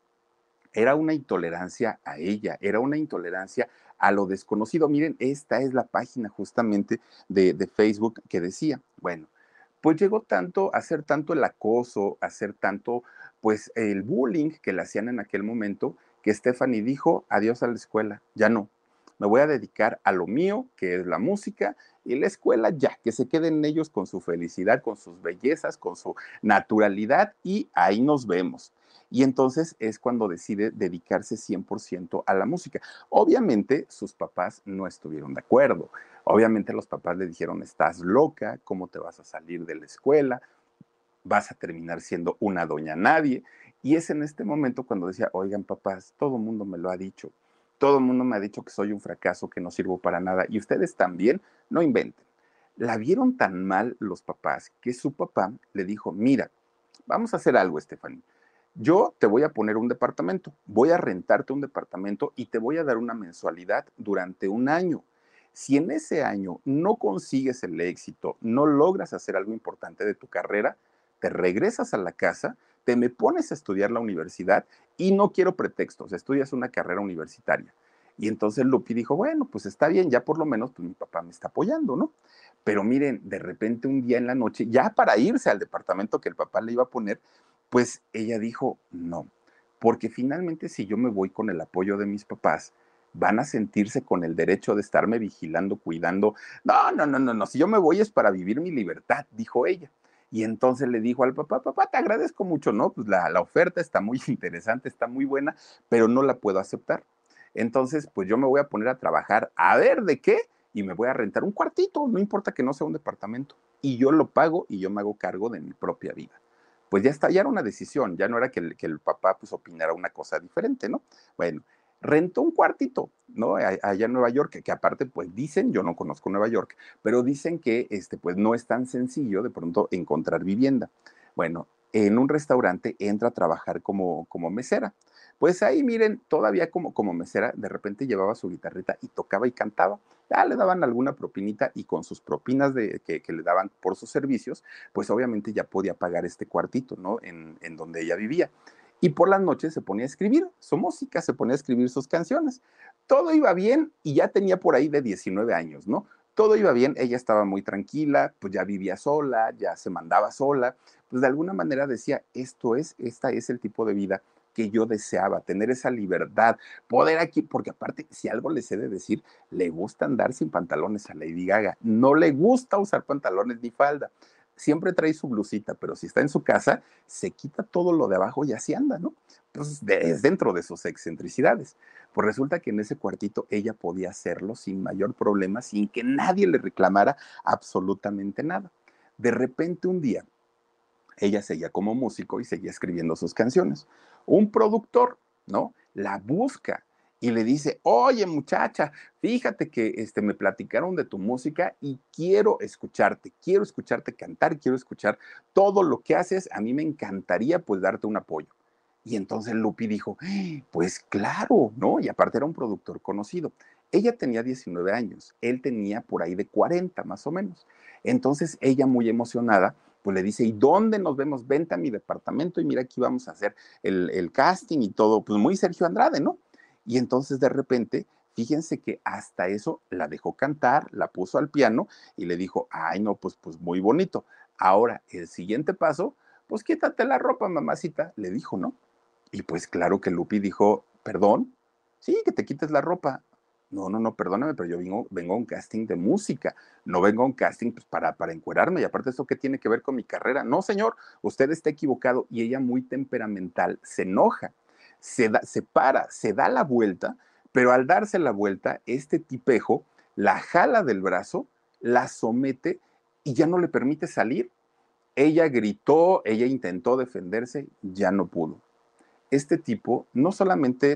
era una intolerancia a ella, era una intolerancia a lo desconocido. Miren, esta es la página justamente de Facebook que decía, bueno, pues llegó tanto a ser tanto el acoso, a ser tanto, pues el bullying que le hacían en aquel momento, que Stephanie dijo, adiós a la escuela, ya no, me voy a dedicar a lo mío, que es la música, y la escuela ya, que se queden ellos con su felicidad, con sus bellezas, con su naturalidad, y ahí nos vemos. Y entonces es cuando decide dedicarse 100% a la música. Obviamente sus papás no estuvieron de acuerdo. Obviamente los papás le dijeron, estás loca, ¿cómo te vas a salir de la escuela? Vas a terminar siendo una doña nadie. Y es en este momento cuando decía, oigan papás, todo el mundo me lo ha dicho. Todo el mundo me ha dicho que soy un fracaso, que no sirvo para nada. Y ustedes también, no inventen. La vieron tan mal los papás que su papá le dijo, mira, vamos a hacer algo, Stephanie. Yo te voy a poner un departamento, voy a rentarte un departamento y te voy a dar una mensualidad durante un año. Si en ese año no consigues el éxito, no logras hacer algo importante de tu carrera, te regresas a la casa, te me pones a estudiar la universidad y no quiero pretextos, estudias una carrera universitaria. Y entonces Lupi dijo, bueno, pues está bien, ya por lo menos pues mi papá me está apoyando, ¿no? Pero miren, de repente un día en la noche, ya para irse al departamento que el papá le iba a poner, pues ella dijo, no, porque finalmente si yo me voy con el apoyo de mis papás, van a sentirse con el derecho de estarme vigilando, cuidando. No, no, no, no, no, si yo me voy es para vivir mi libertad, dijo ella. Y entonces le dijo al papá, papá, te agradezco mucho, ¿no? Pues la oferta está muy interesante, está muy buena, pero no la puedo aceptar. Entonces, pues yo me voy a poner a trabajar a ver de qué y me voy a rentar un cuartito, no importa que no sea un departamento. Y yo lo pago y yo me hago cargo de mi propia vida. Pues ya está, ya era una decisión, ya no era que el papá pues opinara una cosa diferente, ¿no? Bueno, rentó un cuartito, ¿no? Allá en Nueva York, que aparte, pues dicen, yo no conozco Nueva York, pero dicen que pues no es tan sencillo de pronto encontrar vivienda. Bueno, en un restaurante entra a trabajar como mesera. Pues ahí, miren, todavía como mesera, de repente llevaba su guitarrita y tocaba y cantaba. Ya le daban alguna propinita y con sus propinas que le daban por sus servicios, pues obviamente ya podía pagar este cuartito, ¿no? En donde ella vivía. Y por las noches se ponía a escribir su música, se ponía a escribir sus canciones. Todo iba bien y ya tenía por ahí de 19 años, ¿no? Todo iba bien, ella estaba muy tranquila, pues ya vivía sola, ya se mandaba sola, pues de alguna manera decía, esta es el tipo de vida que yo deseaba, tener esa libertad, poder aquí, porque aparte, si algo les he de decir, le gusta andar sin pantalones a Lady Gaga, no le gusta usar pantalones ni falda, siempre trae su blusita, pero si está en su casa, se quita todo lo de abajo y así anda, ¿no? Pues es dentro de sus excentricidades. Pues resulta que en ese cuartito ella podía hacerlo sin mayor problema, sin que nadie le reclamara absolutamente nada. De repente un día, ella seguía como músico y seguía escribiendo sus canciones. Un productor, ¿no? La busca y le dice, oye muchacha, fíjate que me platicaron de tu música y quiero escucharte cantar, quiero escuchar todo lo que haces, a mí me encantaría pues darte un apoyo. Y entonces Lupi dijo, pues claro, ¿no? Y aparte era un productor conocido. Ella tenía 19 años, él tenía por ahí de 40 más o menos. Entonces ella muy emocionada pues le dice, ¿y dónde nos vemos? Vente a mi departamento y mira, aquí vamos a hacer el casting y todo, pues muy Sergio Andrade, ¿no? Y entonces de repente, fíjense que hasta eso la dejó cantar, la puso al piano y le dijo, ay, no, pues muy bonito. Ahora, el siguiente paso, pues quítate la ropa, mamacita, le dijo, ¿no? Y pues claro que Lupi dijo, perdón, sí, que te quites la ropa. No, no, no, perdóname, pero yo vengo a un casting de música, no vengo a un casting pues, para encuerarme, y aparte eso qué tiene que ver con mi carrera. No, señor, usted está equivocado. Y ella muy temperamental se enoja, se para, se da la vuelta, pero al darse la vuelta, este tipejo la jala del brazo, la somete y ya no le permite salir. Ella gritó, ella intentó defenderse, ya no pudo. Este tipo no solamente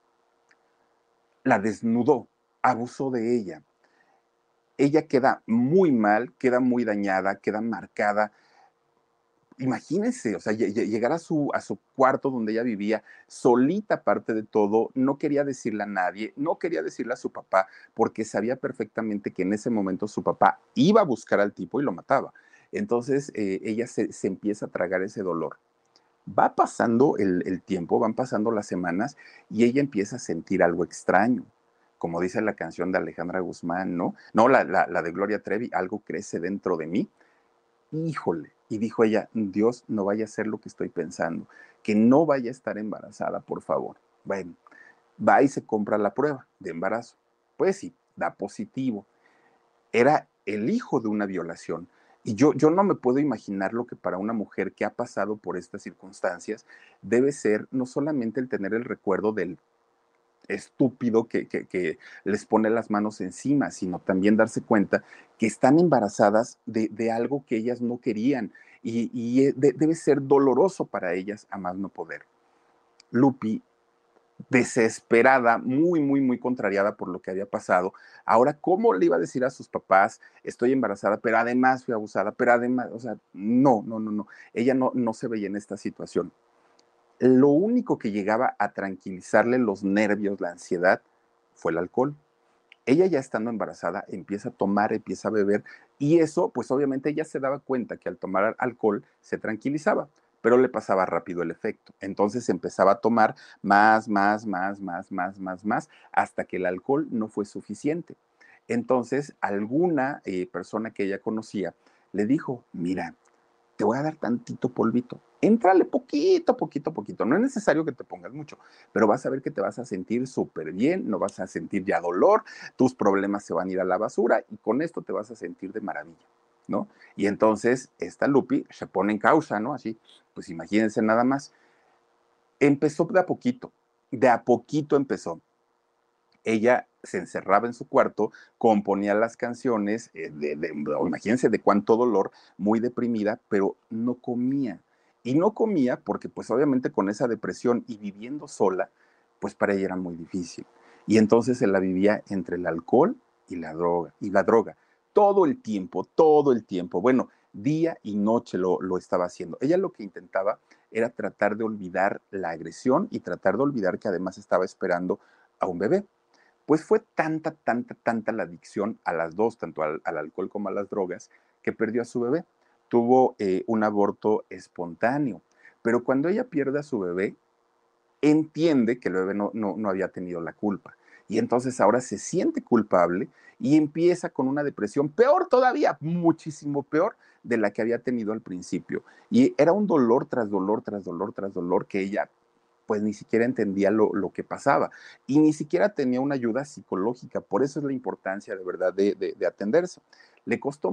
la desnudó, abusó de ella. Ella queda muy mal, queda muy dañada, queda marcada. Imagínense, o sea, llegar a su cuarto donde ella vivía, solita aparte de todo, no quería decirle a nadie, no quería decirle a su papá, porque sabía perfectamente que en ese momento su papá iba a buscar al tipo y lo mataba. Entonces ella se empieza a tragar ese dolor. Va pasando el tiempo, van pasando las semanas y ella empieza a sentir algo extraño. Como dice la canción de Alejandra Guzmán, ¿no? No, la de Gloria Trevi, algo crece dentro de mí. Híjole. Y dijo ella, Dios, no vaya a ser lo que estoy pensando, que no vaya a estar embarazada, por favor. Bueno, va y se compra la prueba de embarazo. Pues sí, da positivo. Era el hijo de una violación. Y yo no me puedo imaginar lo que para una mujer que ha pasado por estas circunstancias debe ser no solamente el tener el recuerdo del estúpido que les pone las manos encima, sino también darse cuenta que están embarazadas de algo que ellas no querían y debe ser doloroso para ellas a más no poder. Lupi desesperada, muy, muy, muy contrariada por lo que había pasado. Ahora, ¿cómo le iba a decir a sus papás, estoy embarazada, pero además fui abusada, pero además, o sea, no, no, no, no, ella no se veía en esta situación. Lo único que llegaba a tranquilizarle los nervios, la ansiedad, fue el alcohol. ella ya estando embarazada empieza a tomar, empieza a beber y eso, pues obviamente ella se daba cuenta que al tomar alcohol se tranquilizaba, pero le pasaba rápido el efecto. Entonces empezaba a tomar más, hasta que el alcohol no fue suficiente. Entonces, alguna persona que ella conocía le dijo, mira, te voy a dar tantito polvito. Éntrale poquito, poquito, poquito. No es necesario que te pongas mucho, pero vas a ver que te vas a sentir súper bien, no vas a sentir ya dolor, tus problemas se van a ir a la basura y con esto te vas a sentir de maravilla, ¿no? Y entonces esta Lupi se pone en causa, ¿no? Así, pues imagínense nada más. Empezó de a poquito empezó. Ella se encerraba en su cuarto, componía las canciones, imagínense de cuánto dolor, muy deprimida, pero no comía. Y no comía porque pues obviamente con esa depresión y viviendo sola, pues para ella era muy difícil. Y entonces se la vivía entre el alcohol y la droga. Todo el tiempo. Bueno, día y noche lo estaba haciendo. Ella lo que intentaba era tratar de olvidar la agresión y tratar de olvidar que además estaba esperando a un bebé. Pues fue tanta la adicción a las dos, tanto al alcohol como a las drogas, que perdió a su bebé. Tuvo un aborto espontáneo, pero cuando ella pierde a su bebé, entiende que el bebé no había tenido la culpa. Y entonces ahora se siente culpable y empieza con una depresión peor todavía, muchísimo peor de la que había tenido al principio. Y era un dolor tras dolor, tras dolor, tras dolor que ella pues ni siquiera entendía lo que pasaba y ni siquiera tenía una ayuda psicológica. Por eso es la importancia de verdad de atenderse. Le costó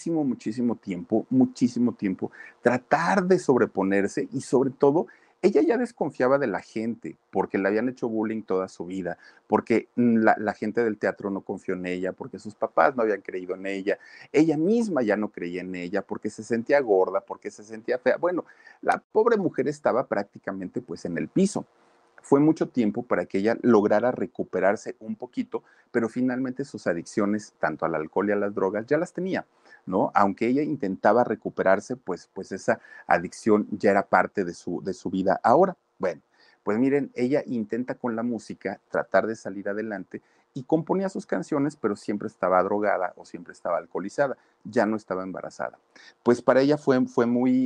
muchísimo tiempo tratar de sobreponerse y sobre todo ella ya desconfiaba de la gente porque le habían hecho bullying toda su vida, porque la gente del teatro no confió en ella, porque sus papás no habían creído en ella misma ya no creía en ella, porque se sentía gorda, porque se sentía fea. Bueno, la pobre mujer estaba prácticamente pues en el piso. Fue mucho tiempo para que ella lograra recuperarse un poquito, pero finalmente sus adicciones, tanto al alcohol y a las drogas, ya las tenía, ¿no? Aunque ella intentaba recuperarse, pues esa adicción ya era parte de su vida ahora. Bueno, pues miren, ella intenta con la música tratar de salir adelante y componía sus canciones, pero siempre estaba drogada o siempre estaba alcoholizada, ya no estaba embarazada. Pues para ella fue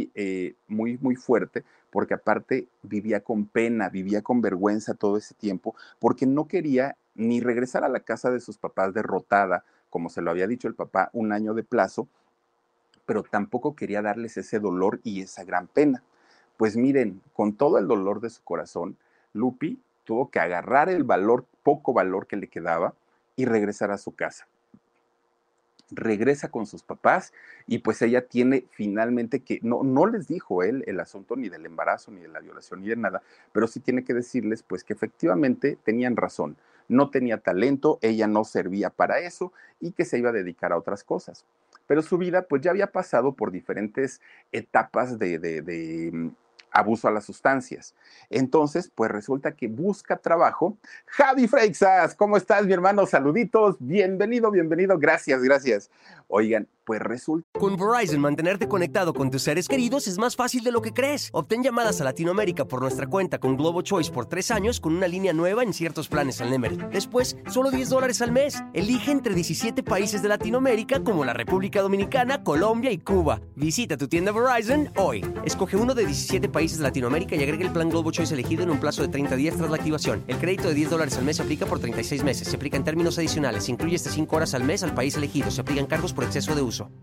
muy fuerte, porque aparte vivía con pena, vivía con vergüenza todo ese tiempo, porque no quería ni regresar a la casa de sus papás derrotada, como se lo había dicho el papá, un año de plazo, pero tampoco quería darles ese dolor y esa gran pena. Pues miren, con todo el dolor de su corazón, Lupi tuvo que agarrar el valor, poco valor que le quedaba y regresar a su casa. Regresa con sus papás y pues ella tiene finalmente que, no les dijo él el asunto ni del embarazo, ni de la violación, ni de nada, pero sí tiene que decirles pues que efectivamente tenían razón, no tenía talento, ella no servía para eso y que se iba a dedicar a otras cosas. Pero su vida pues ya había pasado por diferentes etapas de abuso a las sustancias. Entonces, pues resulta que busca trabajo. Javi Freixas, ¿cómo estás, mi hermano? Saluditos, bienvenido, gracias. Oigan, pues resulta... Con Verizon, mantenerte conectado con tus seres queridos es más fácil de lo que crees. Obtén llamadas a Latinoamérica por nuestra cuenta con Globo Choice por 3 años con una línea nueva en ciertos planes al Nemer. Después, solo $10 al mes. Elige entre 17 países de Latinoamérica como la República Dominicana, Colombia y Cuba. Visita tu tienda Verizon hoy. Escoge uno de 17 países de Latinoamérica y agrega el plan Globo Choice elegido en un plazo de 30 días tras la activación. El crédito de $10 al mes se aplica por 36 meses. Se aplica en términos adicionales. Se incluye hasta 5 horas al mes al país elegido. Se aplican cargos por exceso de uso.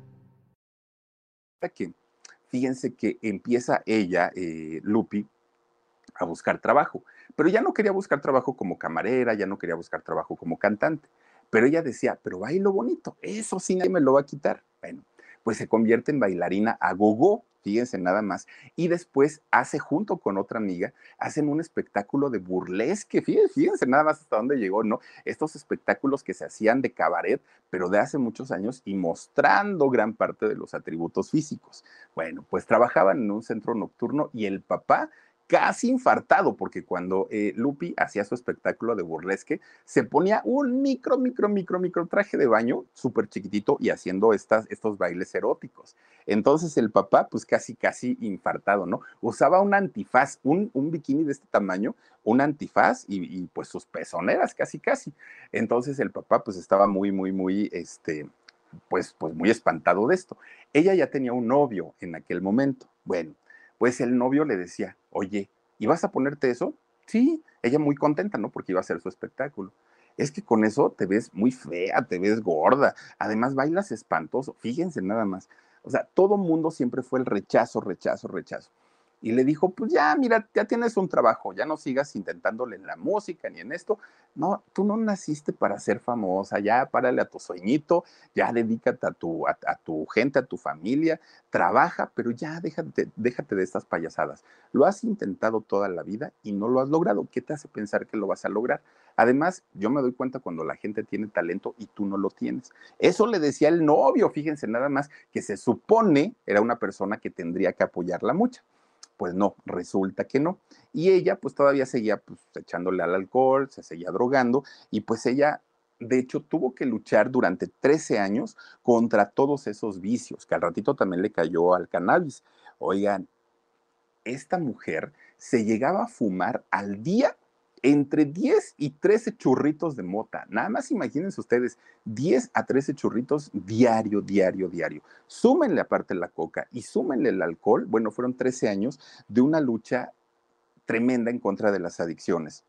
Que fíjense que empieza ella, Lupi, a buscar trabajo, pero ya no quería buscar trabajo como camarera, ya no quería buscar trabajo como cantante, pero ella decía, pero bailo bonito, eso sí nadie me lo va a quitar. Bueno, pues se convierte en bailarina a gogo, fíjense nada más, y después hace junto con otra amiga, hacen un espectáculo de burlesque, fíjense nada más hasta dónde llegó, ¿no? Estos espectáculos que se hacían de cabaret, pero de hace muchos años y mostrando gran parte de los atributos físicos. Bueno, pues trabajaban en un centro nocturno y el papá casi infartado, porque cuando Lupi hacía su espectáculo de burlesque, se ponía un micro traje de baño súper chiquitito y haciendo estos bailes eróticos. Entonces el papá, pues casi infartado, ¿no? Usaba un antifaz, un bikini de este tamaño, un antifaz y pues sus pezoneras casi. Entonces el papá pues estaba muy, pues muy espantado de esto. Ella ya tenía un novio en aquel momento. Bueno, pues el novio le decía, oye, ¿y vas a ponerte eso? Sí, ella muy contenta, ¿no? Porque iba a hacer su espectáculo. Es que con eso te ves muy fea, te ves gorda, además bailas espantoso, fíjense nada más. O sea, todo mundo siempre fue el rechazo. Y le dijo, pues ya, mira, ya tienes un trabajo, ya no sigas intentándole en la música ni en esto. No, tú no naciste para ser famosa, ya párale a tu sueñito, ya dedícate a tu gente, a tu familia, trabaja, pero ya déjate de estas payasadas. Lo has intentado toda la vida y no lo has logrado. ¿Qué te hace pensar que lo vas a lograr? Además, yo me doy cuenta cuando la gente tiene talento y tú no lo tienes. Eso le decía el novio, fíjense nada más, que se supone era una persona que tendría que apoyarla mucho. Pues no, resulta que no. Y ella pues todavía seguía pues echándole al alcohol, se seguía drogando y pues ella de hecho tuvo que luchar durante 13 años contra todos esos vicios, que al ratito también le cayó al cannabis. Oigan, esta mujer se llegaba a fumar al día entre 10 y 13 churritos de mota. Nada más imagínense ustedes, 10 a 13 churritos diario. Súmenle aparte la coca y súmenle el alcohol. Bueno, fueron 13 años de una lucha tremenda en contra de las adicciones.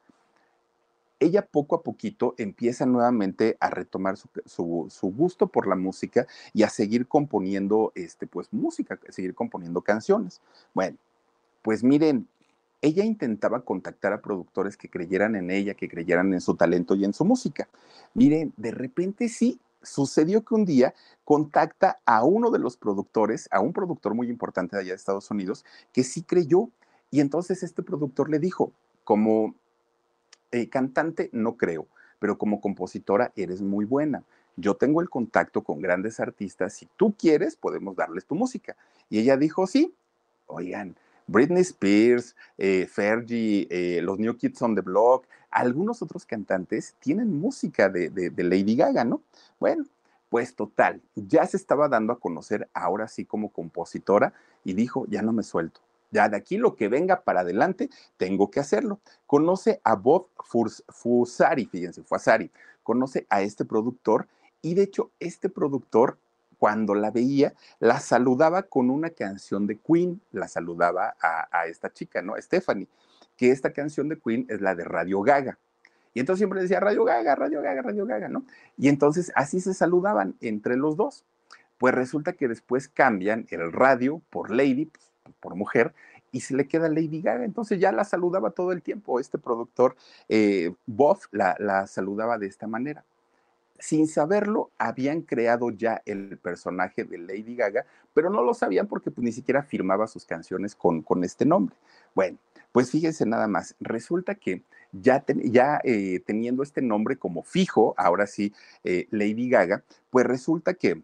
Ella poco a poquito empieza nuevamente a retomar su gusto por la música y a seguir componiendo pues, música, a seguir componiendo canciones. Bueno, pues miren, ella intentaba contactar a productores que creyeran en ella, que creyeran en su talento y en su música. Miren, de repente sí, sucedió que un día contacta a uno de los productores, a un productor muy importante de allá de Estados Unidos, que sí creyó. Y entonces este productor le dijo, como cantante no creo, pero como compositora eres muy buena. Yo tengo el contacto con grandes artistas, si tú quieres podemos darles tu música. Y ella dijo sí. Oigan, Britney Spears, Fergie, los New Kids on the Block, algunos otros cantantes tienen música de Lady Gaga, ¿no? Bueno, pues total, ya se estaba dando a conocer ahora sí como compositora y dijo, ya no me suelto. Ya de aquí lo que venga para adelante, tengo que hacerlo. Conoce a Bob Fusari, fíjense, Fusari, conoce a este productor y de hecho este productor cuando la veía, la saludaba con una canción de Queen, la saludaba a esta chica, ¿no? Stephanie, que esta canción de Queen es la de Radio Gaga. Y entonces siempre decía Radio Gaga, ¿no? Y entonces así se saludaban entre los dos. Pues resulta que después cambian el radio por Lady, pues, por mujer, y se le queda Lady Gaga. Entonces ya la saludaba todo el tiempo. Este productor, Bob, la saludaba de esta manera. Sin saberlo, habían creado ya el personaje de Lady Gaga, pero no lo sabían porque pues, ni siquiera firmaba sus canciones con este nombre. Bueno, pues fíjense nada más, resulta que ya teniendo este nombre como fijo, ahora sí, Lady Gaga, pues resulta que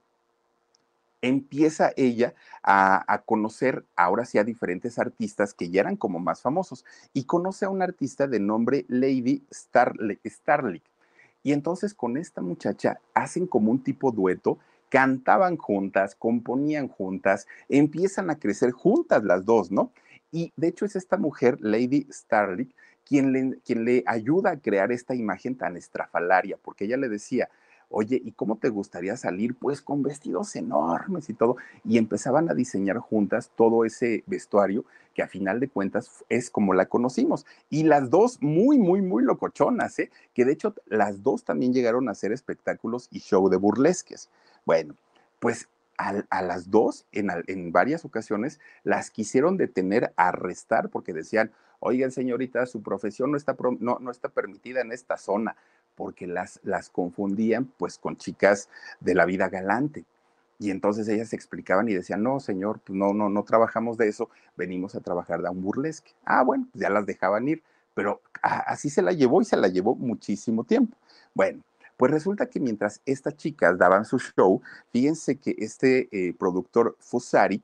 empieza ella a conocer ahora sí a diferentes artistas que ya eran como más famosos y conoce a un artista de nombre Lady Starlight. Y entonces con esta muchacha hacen como un tipo dueto, cantaban juntas, componían juntas, empiezan a crecer juntas las dos, ¿no? Y de hecho es esta mujer, Lady Starlight, quien le ayuda a crear esta imagen tan estrafalaria, porque ella le decía, oye, ¿y cómo te gustaría salir? Pues con vestidos enormes y todo. Y empezaban a diseñar juntas todo ese vestuario que a final de cuentas es como la conocimos. Y las dos muy locochonas, ¿eh? Que de hecho las dos también llegaron a hacer espectáculos y show de burlesques. Bueno, pues a las dos en varias ocasiones las quisieron detener, arrestar, porque decían, oigan señorita, su profesión no está permitida en esta zona, porque las confundían pues con chicas de la vida galante. Y entonces ellas se explicaban y decían, no, señor, pues no trabajamos de eso, venimos a trabajar de un burlesque. Ah, bueno, pues ya las dejaban ir, pero así se la llevó y se la llevó muchísimo tiempo. Bueno, Pues resulta que mientras estas chicas daban su show, fíjense que este productor Fusari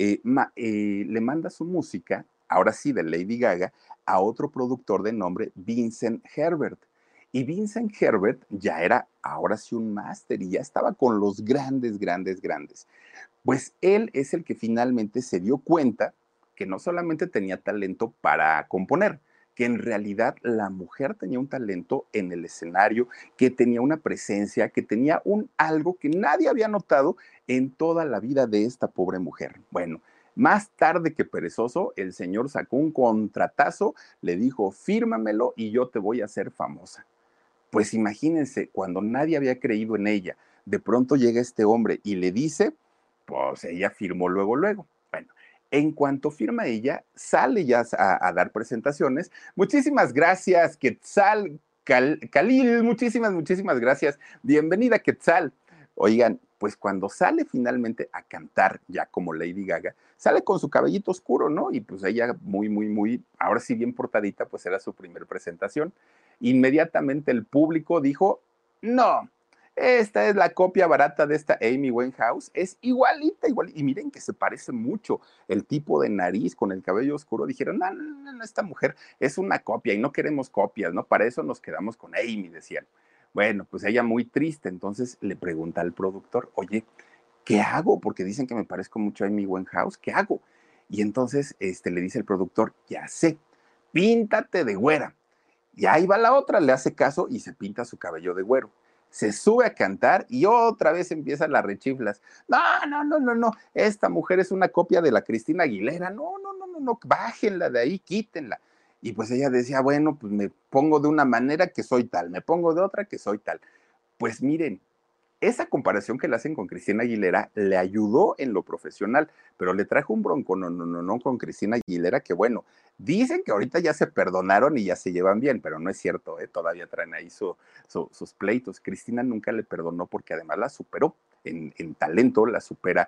le manda su música, ahora sí de Lady Gaga, a otro productor de nombre Vincent Herbert. Y Vincent Herbert ya era ahora sí un máster y ya estaba con los grandes, grandes, grandes. Pues él es el que finalmente se dio cuenta que no solamente tenía talento para componer, que en realidad la mujer tenía un talento en el escenario, que tenía una presencia, que tenía un algo que nadie había notado en toda la vida de esta pobre mujer. Bueno, más tarde que perezoso, el señor sacó un contratazo, le dijo, fírmamelo y yo te voy a hacer famosa. Pues imagínense, cuando nadie había creído en ella, de pronto llega este hombre y le dice, pues ella firmó luego, luego. Bueno, en cuanto firma ella, sale ya a dar presentaciones. Muchísimas gracias, Quetzal Khalil, muchísimas, muchísimas gracias. Bienvenida, Quetzal. Oigan, pues cuando sale finalmente a cantar, ya como Lady Gaga, sale con su cabellito oscuro, ¿no? Y pues ella muy, muy, muy, ahora sí bien portadita, pues era su primer presentación. Inmediatamente el público dijo, no, esta es la copia barata de esta Amy Winehouse, es igualita, igual. Y miren que se parece mucho el tipo de nariz con el cabello oscuro. Dijeron, no, no, no, no, esta mujer es una copia y no queremos copias, ¿no? Para eso nos quedamos con Amy, decían. Bueno, pues ella muy triste, entonces le pregunta al productor, oye, ¿qué hago? Porque dicen que me parezco mucho a Amy Winehouse, ¿qué hago? Y entonces le dice el productor, ya sé, píntate de güera. Y ahí va la otra, le hace caso y se pinta su cabello de güero. Se sube a cantar y otra vez empiezan las rechiflas. No, no, no, no, no. Esta mujer es una copia de la Cristina Aguilera. No, no, no, no, no. Bájenla de ahí, quítenla. Y pues ella decía, bueno, pues me pongo de una manera que soy tal, me pongo de otra que soy tal. Pues miren, esa comparación que le hacen con Cristina Aguilera le ayudó en lo profesional, pero le trajo un bronco, no, no, no, no con Cristina Aguilera, que bueno, dicen que ahorita ya se perdonaron y ya se llevan bien, pero no es cierto, todavía traen ahí sus pleitos. Cristina nunca le perdonó porque además la superó en talento, la supera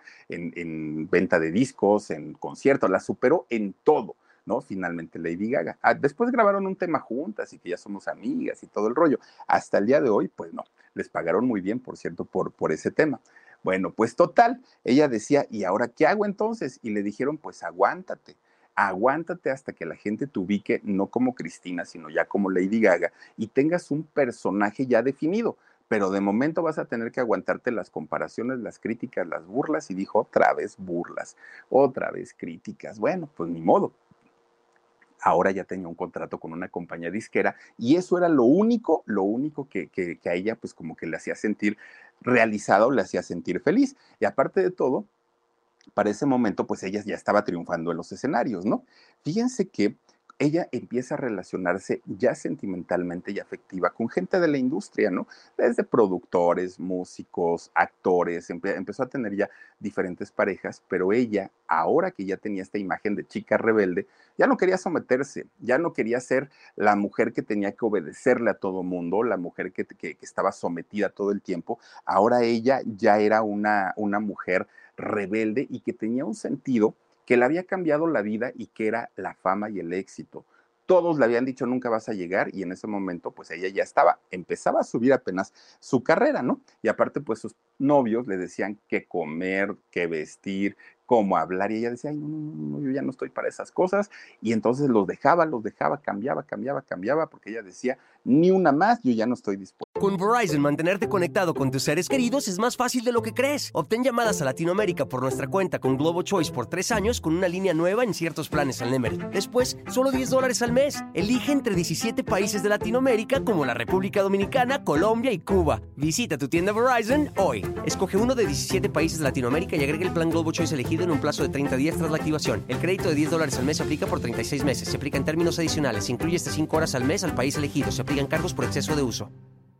en venta de discos, en conciertos, la superó en todo. ¿No? Finalmente Lady Gaga. Después grabaron un tema juntas y que ya somos amigas y todo el rollo. Hasta el día de hoy, pues no, les pagaron muy bien, por cierto, por ese tema. Bueno, pues total, ella decía, ¿y ahora qué hago entonces? Y le dijeron, pues aguántate, aguántate hasta que la gente te ubique, no como Cristina, sino ya como Lady Gaga, y tengas un personaje ya definido. Pero de momento vas a tener que aguantarte las comparaciones, las críticas, las burlas, y dijo, otra vez burlas, otra vez críticas. Bueno, pues ni modo, ahora ya tenía un contrato con una compañía disquera y eso era lo único que a ella pues como que le hacía sentir realizada o le hacía sentir feliz. Y aparte de todo, para ese momento, pues ella ya estaba triunfando en los escenarios, ¿no? Fíjense que ella empieza a relacionarse ya sentimentalmente y afectiva con gente de la industria, ¿no? Desde productores, músicos, actores, empezó a tener ya diferentes parejas, pero ella, ahora que ya tenía esta imagen de chica rebelde, ya no quería someterse, ya no quería ser la mujer que tenía que obedecerle a todo mundo, la mujer que estaba sometida todo el tiempo, ahora ella ya era una mujer rebelde y que tenía un sentido que le había cambiado la vida y que era la fama y el éxito. Todos le habían dicho nunca vas a llegar y en ese momento pues ella ya empezaba a subir apenas su carrera, ¿no? Y aparte pues sus novios le decían qué comer, qué vestir, cómo hablar y ella decía, ay, no, no, no, no, yo ya no estoy para esas cosas y entonces los dejaba, cambiaba, cambiaba, cambiaba porque ella decía, ni una más, yo ya no estoy dispuesta. Con Verizon, mantenerte conectado con tus seres queridos es más fácil de lo que crees. Obtén llamadas a Latinoamérica por nuestra cuenta con Globo Choice por 3 años con una línea nueva en ciertos planes al Nemery. Después, solo $10 al mes. Elige entre 17 países de Latinoamérica como la República Dominicana, Colombia y Cuba. Visita tu tienda Verizon hoy. Escoge uno de 17 países de Latinoamérica y agrega el plan Globo Choice elegido en un plazo de 30 días tras la activación. El crédito de $10 al mes se aplica por 36 meses. Se aplica en términos adicionales. Se incluye hasta 5 horas al mes al país elegido. Se aplican cargos por exceso de uso.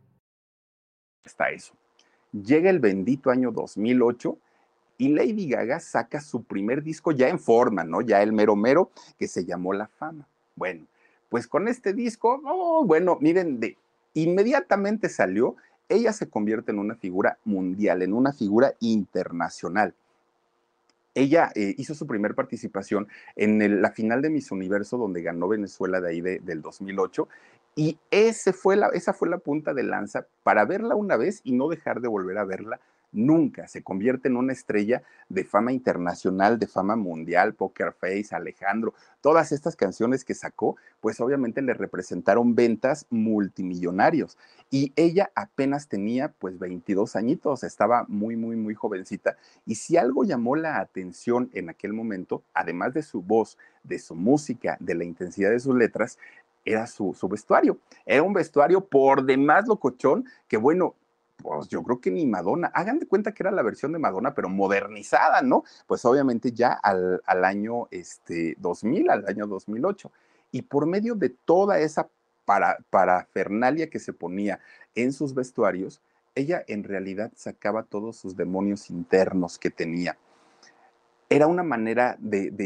Está eso. Llega el bendito año 2008 y Lady Gaga saca su primer disco ya en forma, ¿no? Ya el mero mero, que se llamó La Fama. Bueno, pues con este disco, oh, bueno, miren, inmediatamente salió, ella se convierte en una figura mundial, en una figura internacional. ella hizo su primer participación en la final de Miss Universo, donde ganó Venezuela de ahí del 2008, y esa fue la punta de lanza para verla una vez y no dejar de volver a verla nunca. Se convierte en una estrella de fama internacional, de fama mundial, Poker Face, Alejandro, todas estas canciones que sacó, pues obviamente le representaron ventas multimillonarios. Y ella apenas tenía pues 22 añitos, estaba muy, muy, muy jovencita. Y si algo llamó la atención en aquel momento, además de su voz, de su música, de la intensidad de sus letras, era su vestuario. Era un vestuario por demás locochón, que bueno, pues yo creo que ni Madonna. Hagan de cuenta que era la versión de Madonna, pero modernizada, ¿no? Pues obviamente ya al año 2000, al año 2008. Y por medio de toda esa parafernalia que se ponía en sus vestuarios, ella en realidad sacaba todos sus demonios internos que tenía. Era una manera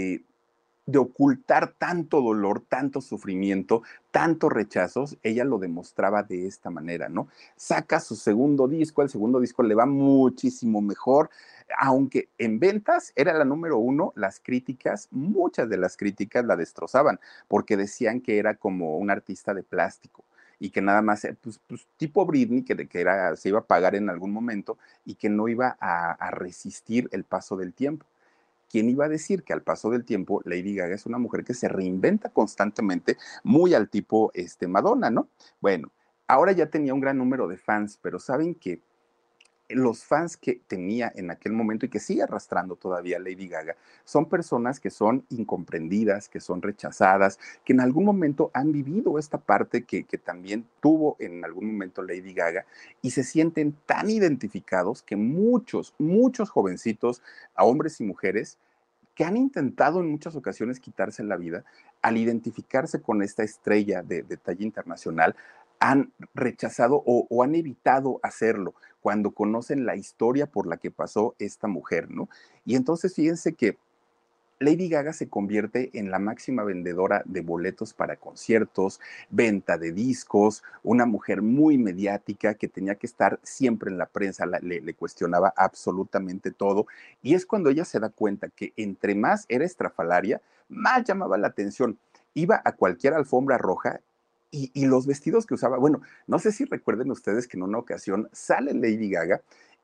de ocultar tanto dolor, tanto sufrimiento, tantos rechazos, ella lo demostraba de esta manera, ¿no? Saca su segundo disco, el segundo disco le va muchísimo mejor, aunque en ventas era la número uno, las críticas, muchas de las críticas la destrozaban, porque decían que era como un artista de plástico y que nada más, pues, tipo Britney, se iba a pagar en algún momento y que no iba a resistir el paso del tiempo. ¿Quién iba a decir que al paso del tiempo Lady Gaga es una mujer que se reinventa constantemente, muy al tipo Madonna, ¿no? Bueno, ahora ya tenía un gran número de fans, pero saben que los fans que tenía en aquel momento y que sigue arrastrando todavía Lady Gaga son personas que son incomprendidas, que son rechazadas, que en algún momento han vivido esta parte que también tuvo en algún momento Lady Gaga y se sienten tan identificados que muchos, muchos jovencitos, a hombres y mujeres, que han intentado en muchas ocasiones quitarse la vida, al identificarse con esta estrella de talla internacional, han rechazado o han evitado hacerlo cuando conocen la historia por la que pasó esta mujer, ¿no? Y entonces fíjense que Lady Gaga se convierte en la máxima vendedora de boletos para conciertos, venta de discos, una mujer muy mediática que tenía que estar siempre en la prensa, le cuestionaba absolutamente todo. Y es cuando ella se da cuenta que entre más era estrafalaria, más llamaba la atención. Iba a cualquier alfombra roja y los vestidos que usaba, bueno, no sé si recuerden ustedes que en una ocasión sale Lady Gaga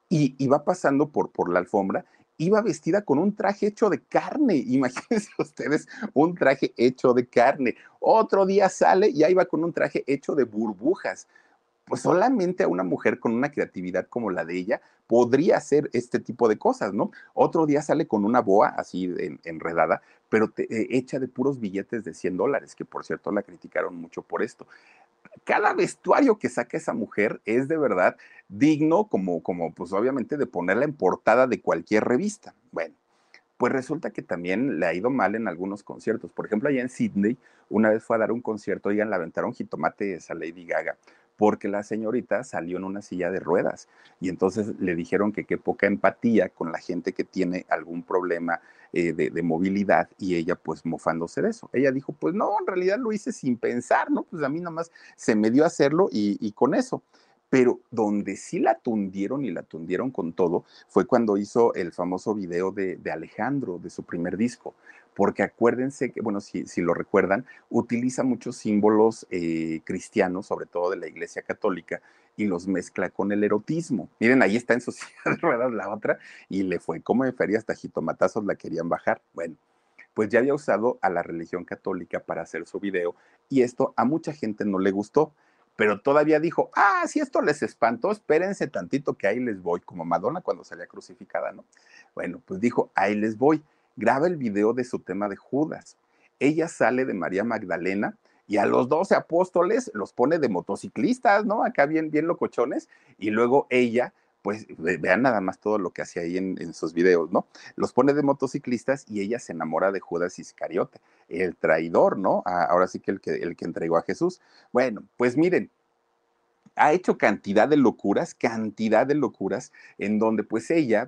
y va pasando por la alfombra, iba vestida con un traje hecho de carne. Imagínense ustedes un traje hecho de carne. Otro día sale y ahí va con un traje hecho de burbujas. Pues solamente a una mujer con una creatividad como la de ella podría hacer este tipo de cosas, ¿no? Otro día sale con una boa así enredada, pero hecha de puros billetes de $100, que por cierto la criticaron mucho por esto. Cada vestuario que saca esa mujer es de verdad digno como pues obviamente de ponerla en portada de cualquier revista. Bueno, pues resulta que también le ha ido mal en algunos conciertos. Por ejemplo, allá en Sydney, una vez fue a dar un concierto, oigan, le aventaron jitomates a Lady Gaga, porque la señorita salió en una silla de ruedas y entonces le dijeron que qué poca empatía con la gente que tiene algún problema de movilidad y ella pues mofándose de eso. Ella dijo, pues no, en realidad lo hice sin pensar, ¿no? Pues a mí nada más se me dio a hacerlo y con eso. Pero donde sí la tundieron y la tundieron con todo fue cuando hizo el famoso video de Alejandro, de su primer disco, porque acuérdense que, bueno, si lo recuerdan, utiliza muchos símbolos cristianos, sobre todo de la Iglesia Católica, y los mezcla con el erotismo. Miren, ahí está en su silla de ruedas la otra, y le fue como de feria, hasta jitomatazos la querían bajar. Bueno, pues ya había usado a la religión católica para hacer su video, y esto a mucha gente no le gustó, pero todavía dijo, si esto les espantó, espérense tantito que ahí les voy, como Madonna cuando salía crucificada, ¿no? Bueno, pues dijo, ahí les voy, graba el video de su tema de Judas. Ella sale de María Magdalena y a los 12 apóstoles los pone de motociclistas, ¿no? Acá bien, bien locochones, y luego ella, pues vean nada más todo lo que hacía ahí en sus videos, ¿no? Los pone de motociclistas y ella se enamora de Judas Iscariote, el traidor, ¿no? Ahora sí que el que entregó a Jesús. Bueno, pues miren, ha hecho cantidad de locuras en donde pues ella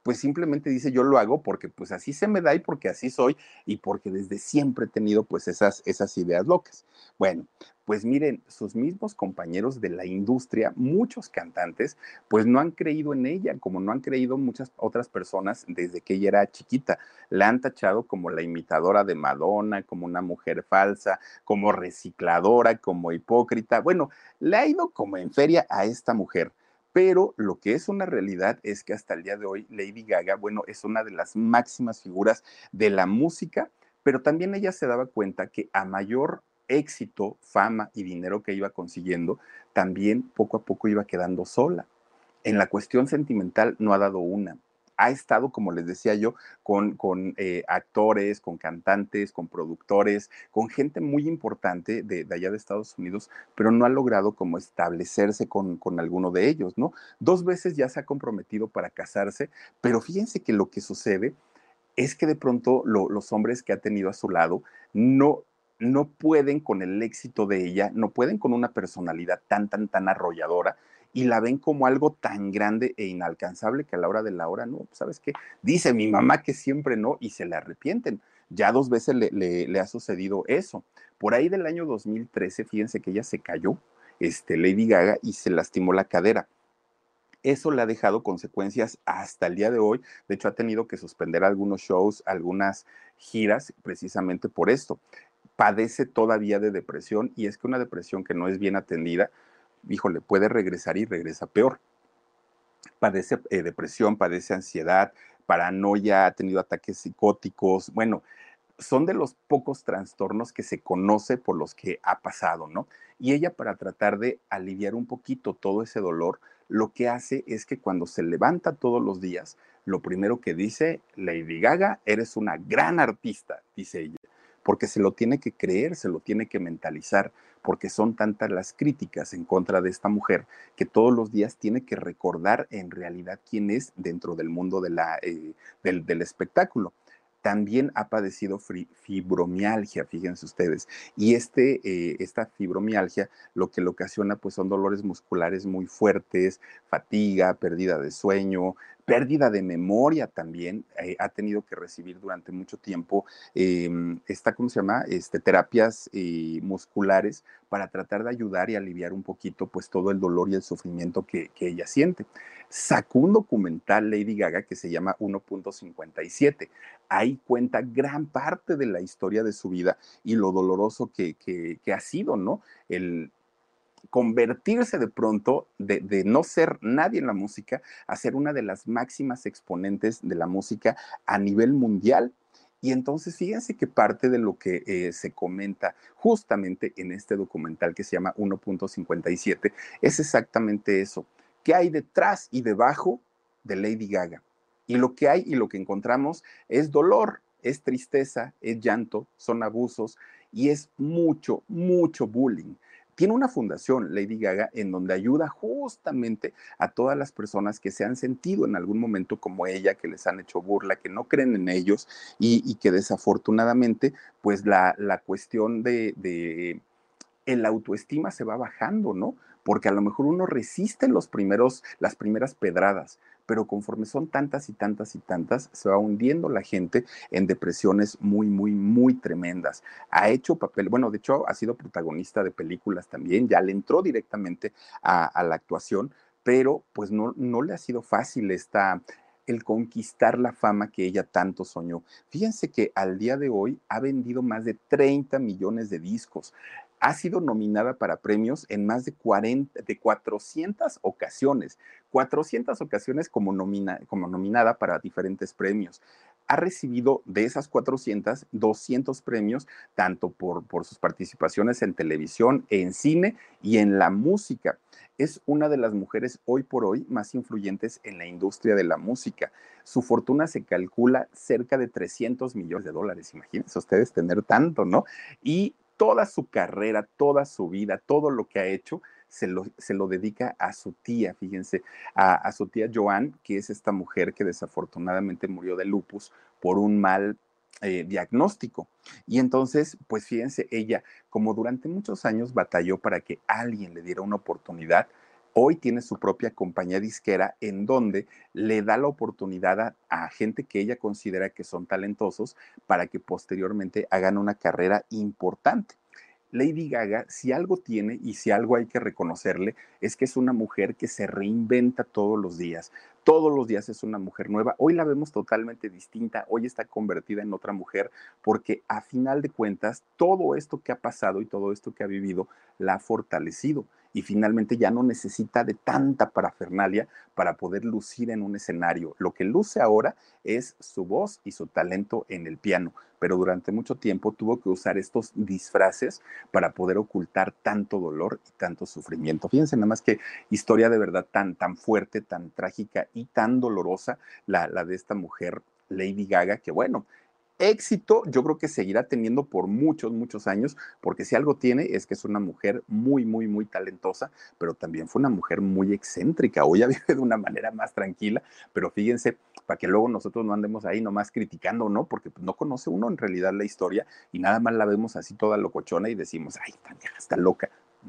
pues simplemente dice yo lo hago porque pues así se me da y porque así soy y porque desde siempre he tenido pues esas ideas locas. Bueno, pues miren, sus mismos compañeros de la industria, muchos cantantes, pues no han creído en ella, como no han creído muchas otras personas desde que ella era chiquita. La han tachado como la imitadora de Madonna, como una mujer falsa, como recicladora, como hipócrita. Bueno, le ha ido como en feria a esta mujer. Pero lo que es una realidad es que hasta el día de hoy Lady Gaga, bueno, es una de las máximas figuras de la música, pero también ella se daba cuenta que a mayor éxito, fama y dinero que iba consiguiendo, también poco a poco iba quedando sola. En la cuestión sentimental no ha dado una. Ha estado, como les decía yo, con actores, con cantantes, con productores, con gente muy importante de allá de Estados Unidos, pero no ha logrado como establecerse con alguno de ellos, ¿no? 2 veces ya se ha comprometido para casarse, pero fíjense que lo que sucede es que de pronto los hombres que ha tenido a su lado no pueden con el éxito de ella, no pueden con una personalidad tan arrolladora y la ven como algo tan grande e inalcanzable que a la hora de la hora, no, ¿sabes qué? Dice mi mamá que siempre no y se le arrepienten. Ya 2 veces le ha sucedido eso. Por ahí del año 2013, fíjense que ella se cayó, Lady Gaga, y se lastimó la cadera. Eso le ha dejado consecuencias hasta el día de hoy. De hecho, ha tenido que suspender algunos shows, algunas giras, precisamente por esto. Padece todavía de depresión y es que una depresión que no es bien atendida, híjole, puede regresar y regresa peor. Padece depresión, padece ansiedad, paranoia, ha tenido ataques psicóticos. Bueno, son de los pocos trastornos que se conoce por los que ha pasado, ¿no? Y ella, para tratar de aliviar un poquito todo ese dolor, lo que hace es que cuando se levanta todos los días, lo primero que dice, Lady Gaga, eres una gran artista, dice ella, porque se lo tiene que creer, se lo tiene que mentalizar, porque son tantas las críticas en contra de esta mujer que todos los días tiene que recordar en realidad quién es dentro del mundo del espectáculo. También ha padecido fibromialgia, fíjense ustedes. Y esta fibromialgia lo que le ocasiona pues son dolores musculares muy fuertes, fatiga, pérdida de sueño, pérdida de memoria también. Ha tenido que recibir durante mucho tiempo ¿cómo se llama? Terapias musculares para tratar de ayudar y aliviar un poquito pues todo el dolor y el sufrimiento que ella siente. Sacó un documental Lady Gaga que se llama 1.57. Ahí cuenta gran parte de la historia de su vida y lo doloroso que ha sido, ¿no? El convertirse de pronto de no ser nadie en la música a ser una de las máximas exponentes de la música a nivel mundial. Y entonces fíjense que parte de lo que se comenta justamente en este documental que se llama 1.57 es exactamente eso. ¿Qué hay detrás y debajo de Lady Gaga? Y lo que hay y lo que encontramos es dolor, es tristeza, es llanto, son abusos y es mucho bullying. Tiene una fundación, Lady Gaga, en donde ayuda justamente a todas las personas que se han sentido en algún momento como ella, que les han hecho burla, que no creen en ellos y que desafortunadamente, pues la cuestión de el autoestima se va bajando, ¿no? Porque a lo mejor uno resiste las primeras pedradas, pero conforme son tantas y tantas y tantas, se va hundiendo la gente en depresiones muy tremendas. Ha hecho papel, bueno, de hecho ha sido protagonista de películas también, ya le entró directamente a la actuación, pero pues no le ha sido fácil el conquistar la fama que ella tanto soñó. Fíjense que al día de hoy ha vendido más de 30 millones de discos, ha sido nominada para premios en más de 400 ocasiones, 400 ocasiones como nominada para diferentes premios. Ha recibido de esas 400, 200 premios, tanto por sus participaciones en televisión, en cine y en la música. Es una de las mujeres hoy por hoy más influyentes en la industria de la música. Su fortuna se calcula cerca de 300 millones de dólares. Imagínense ustedes tener tanto, ¿no? Y toda su carrera, toda su vida, todo lo que ha hecho, se lo dedica a su tía, fíjense, a su tía Joan, que es esta mujer que desafortunadamente murió de lupus por un mal diagnóstico. Y entonces, pues fíjense, ella, como durante muchos años batalló para que alguien le diera una oportunidad, Hoy tiene su propia compañía disquera en donde le da la oportunidad a gente que ella considera que son talentosos para que posteriormente hagan una carrera importante. Lady Gaga, si algo tiene y si algo hay que reconocerle, es que es una mujer que se reinventa todos los días. Todos los días es una mujer nueva. Hoy la vemos totalmente distinta. Hoy está convertida en otra mujer porque a final de cuentas todo esto que ha pasado y todo esto que ha vivido la ha fortalecido. Y finalmente ya no necesita de tanta parafernalia para poder lucir en un escenario. Lo que luce ahora es su voz y su talento en el piano, pero durante mucho tiempo tuvo que usar estos disfraces para poder ocultar tanto dolor y tanto sufrimiento. Fíjense nada más que historia de verdad tan fuerte, tan trágica y tan dolorosa la de esta mujer, Lady Gaga, que bueno, éxito yo creo que seguirá teniendo por muchos años, porque si algo tiene es que es una mujer muy talentosa, pero también fue una mujer muy excéntrica. Hoy ya vive de una manera más tranquila, pero fíjense, para que luego nosotros no andemos ahí nomás criticando, ¿no? Porque pues, no conoce uno en realidad la historia y nada más la vemos así toda locochona y decimos, ay, esta vieja está loca.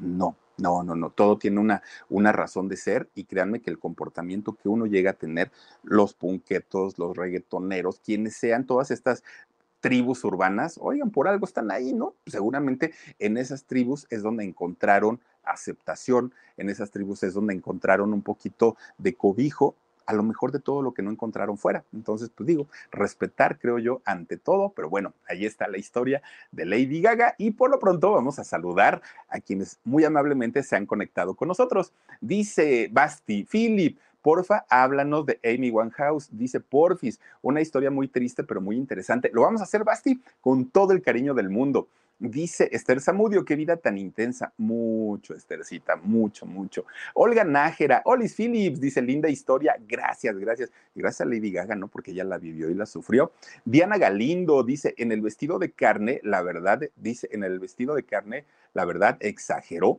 No, todo tiene una razón de ser y créanme que el comportamiento que uno llega a tener, los punquetos, los reggaetoneros, quienes sean, todas estas tribus urbanas, oigan, por algo están ahí, ¿no? Seguramente en esas tribus es donde encontraron aceptación, en esas tribus es donde encontraron un poquito de cobijo, a lo mejor de todo lo que no encontraron fuera. Entonces, pues digo, respetar, creo yo, ante todo, pero bueno, ahí está la historia de Lady Gaga y por lo pronto vamos a saludar a quienes muy amablemente se han conectado con nosotros. Dice Basti, Philip, porfa, háblanos de Amy Winehouse. Dice Porfis, una historia muy triste, pero muy interesante. Lo vamos a hacer, Basti, con todo el cariño del mundo. Dice Esther Zamudio, qué vida tan intensa. Mucho, Esthercita, mucho. Olga Nájera, Olis Phillips, dice, linda historia. Gracias. Y gracias a Lady Gaga, ¿no? Porque ella la vivió y la sufrió. Diana Galindo dice, en el vestido de carne, la verdad, dice, en el vestido de carne, la verdad, exageró.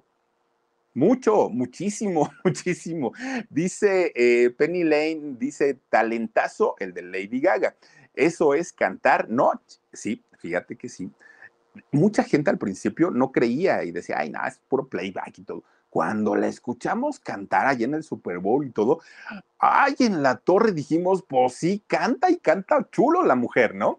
Muchísimo. Dice Penny Lane, dice, talentazo el de Lady Gaga. Eso es cantar, no, sí, fíjate que sí. Mucha gente al principio no creía y decía, ay, nada, es puro playback y todo. Cuando la escuchamos cantar allá en el Super Bowl y todo, ay, en la torre dijimos, pues sí, canta y canta chulo la mujer, ¿no?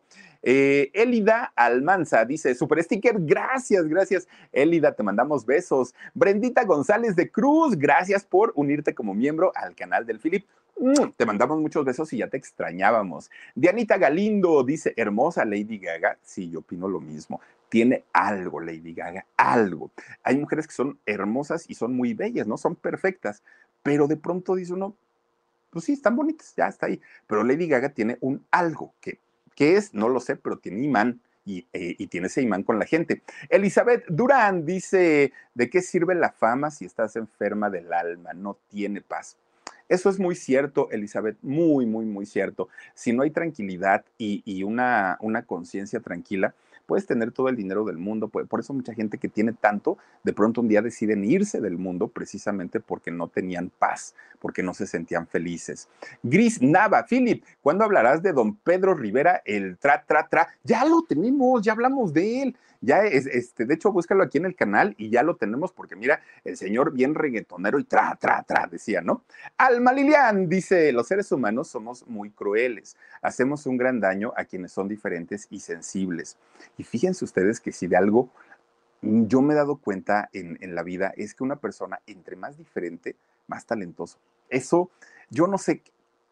Elida Almanza dice, super sticker, gracias. Elida, te mandamos besos. Brendita González de Cruz, gracias por unirte como miembro al canal del Philip. Te mandamos muchos besos y ya te extrañábamos. Dianita Galindo dice, hermosa Lady Gaga. Sí, yo opino lo mismo. Tiene algo, Lady Gaga, algo. Hay mujeres que son hermosas y son muy bellas, ¿no? Son perfectas, pero de pronto dice uno, pues sí, están bonitas, ya está ahí. Pero Lady Gaga tiene un algo que, ¿qué es? No lo sé, pero tiene imán y tiene ese imán con la gente. Elizabeth Durán dice, ¿de qué sirve la fama si estás enferma del alma? No tiene paz. Eso es muy cierto, Elizabeth, muy cierto. Si no hay tranquilidad y una conciencia tranquila, puedes tener todo el dinero del mundo. Por eso mucha gente que tiene tanto, de pronto un día deciden irse del mundo precisamente porque no tenían paz, porque no se sentían felices. Gris Nava, Philip, ¿cuándo hablarás de don Pedro Rivera, el tra? Ya lo tenemos, ya hablamos de él. Ya de hecho, búscalo aquí en el canal y ya lo tenemos porque mira, el señor bien reggaetonero y tra, decía, ¿no? Alma Lilian dice, los seres humanos somos muy crueles, hacemos un gran daño a quienes son diferentes y sensibles. Y fíjense ustedes que si de algo yo me he dado cuenta en la vida es que una persona entre más diferente, más talentoso. Eso, yo no sé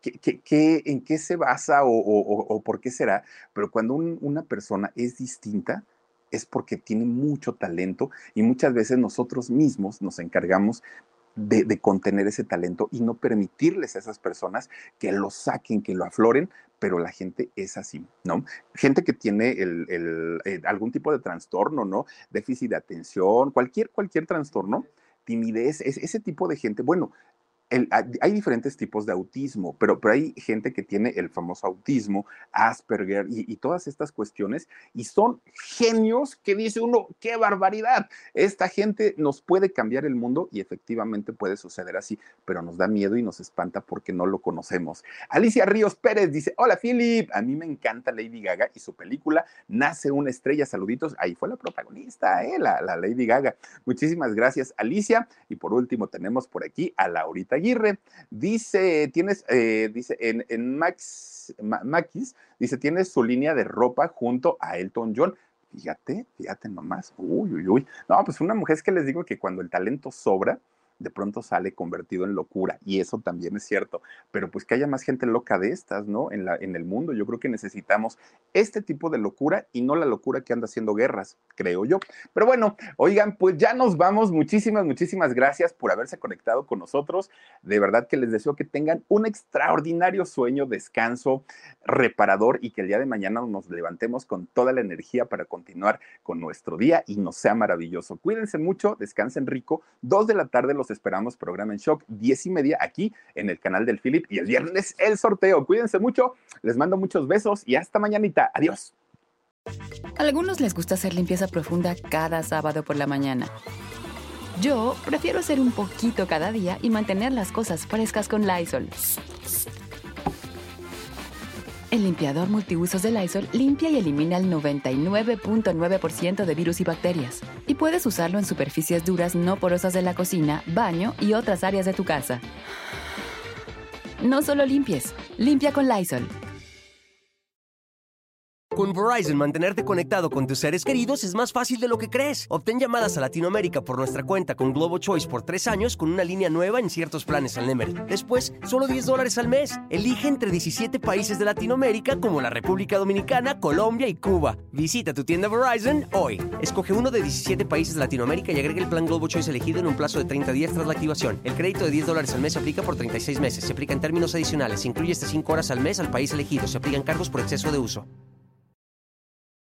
en qué se basa o por qué será, pero cuando una persona es distinta, es porque tiene mucho talento y muchas veces nosotros mismos nos encargamos de contener ese talento y no permitirles a esas personas que lo saquen, que lo afloren, pero la gente es así, ¿no? Gente que tiene algún tipo de trastorno, ¿no? Déficit de atención, cualquier trastorno, timidez, ese tipo de gente, bueno, Hay diferentes tipos de autismo, pero hay gente que tiene el famoso autismo, Asperger y todas estas cuestiones, y son genios que dice uno, qué barbaridad. Esta gente nos puede cambiar el mundo y efectivamente puede suceder así, pero nos da miedo y nos espanta porque no lo conocemos. Alicia Ríos Pérez dice, hola Philip, a mí me encanta Lady Gaga y su película Nace una estrella, saluditos, ahí fue la protagonista, la Lady Gaga. Muchísimas gracias Alicia, y por último tenemos por aquí a Laurita Aguirre. Dice, dice en Maquis, dice, tienes su línea de ropa junto a Elton John. Fíjate nomás. Uy. No, pues una mujer, es que les digo que cuando el talento sobra, de pronto sale convertido en locura, y eso también es cierto, pero pues que haya más gente loca de estas, ¿no? En el mundo, yo creo que necesitamos este tipo de locura y no la locura que anda haciendo guerras, creo yo. Pero bueno, oigan, pues ya nos vamos, muchísimas gracias por haberse conectado con nosotros, de verdad que les deseo que tengan un extraordinario sueño, descanso, reparador, y que el día de mañana nos levantemos con toda la energía para continuar con nuestro día y nos sea maravilloso. Cuídense mucho, descansen rico, 2 de la tarde los esperamos, programa en shock, 10:30 aquí en el canal del Philip, y el viernes el sorteo. Cuídense mucho, les mando muchos besos y hasta mañanita. Adiós. A algunos les gusta hacer limpieza profunda cada sábado por la mañana. Yo prefiero hacer un poquito cada día y mantener las cosas frescas con Lysol. El limpiador multiusos de Lysol limpia y elimina el 99.9% de virus y bacterias. Y puedes usarlo en superficies duras no porosas de la cocina, baño y otras áreas de tu casa. No solo limpies, limpia con Lysol. Con Verizon, mantenerte conectado con tus seres queridos es más fácil de lo que crees. Obtén llamadas a Latinoamérica por nuestra cuenta con Globo Choice por 3 años con una línea nueva en ciertos planes al Nemery. Después, solo $10 al mes. Elige entre 17 países de Latinoamérica como la República Dominicana, Colombia y Cuba. Visita tu tienda Verizon hoy. Escoge uno de 17 países de Latinoamérica y agrega el plan Globo Choice elegido en un plazo de 30 días tras la activación. El crédito de $10 al mes se aplica por 36 meses. Se aplica en términos adicionales. Se incluye hasta 5 horas al mes al país elegido. Se aplican cargos por exceso de uso.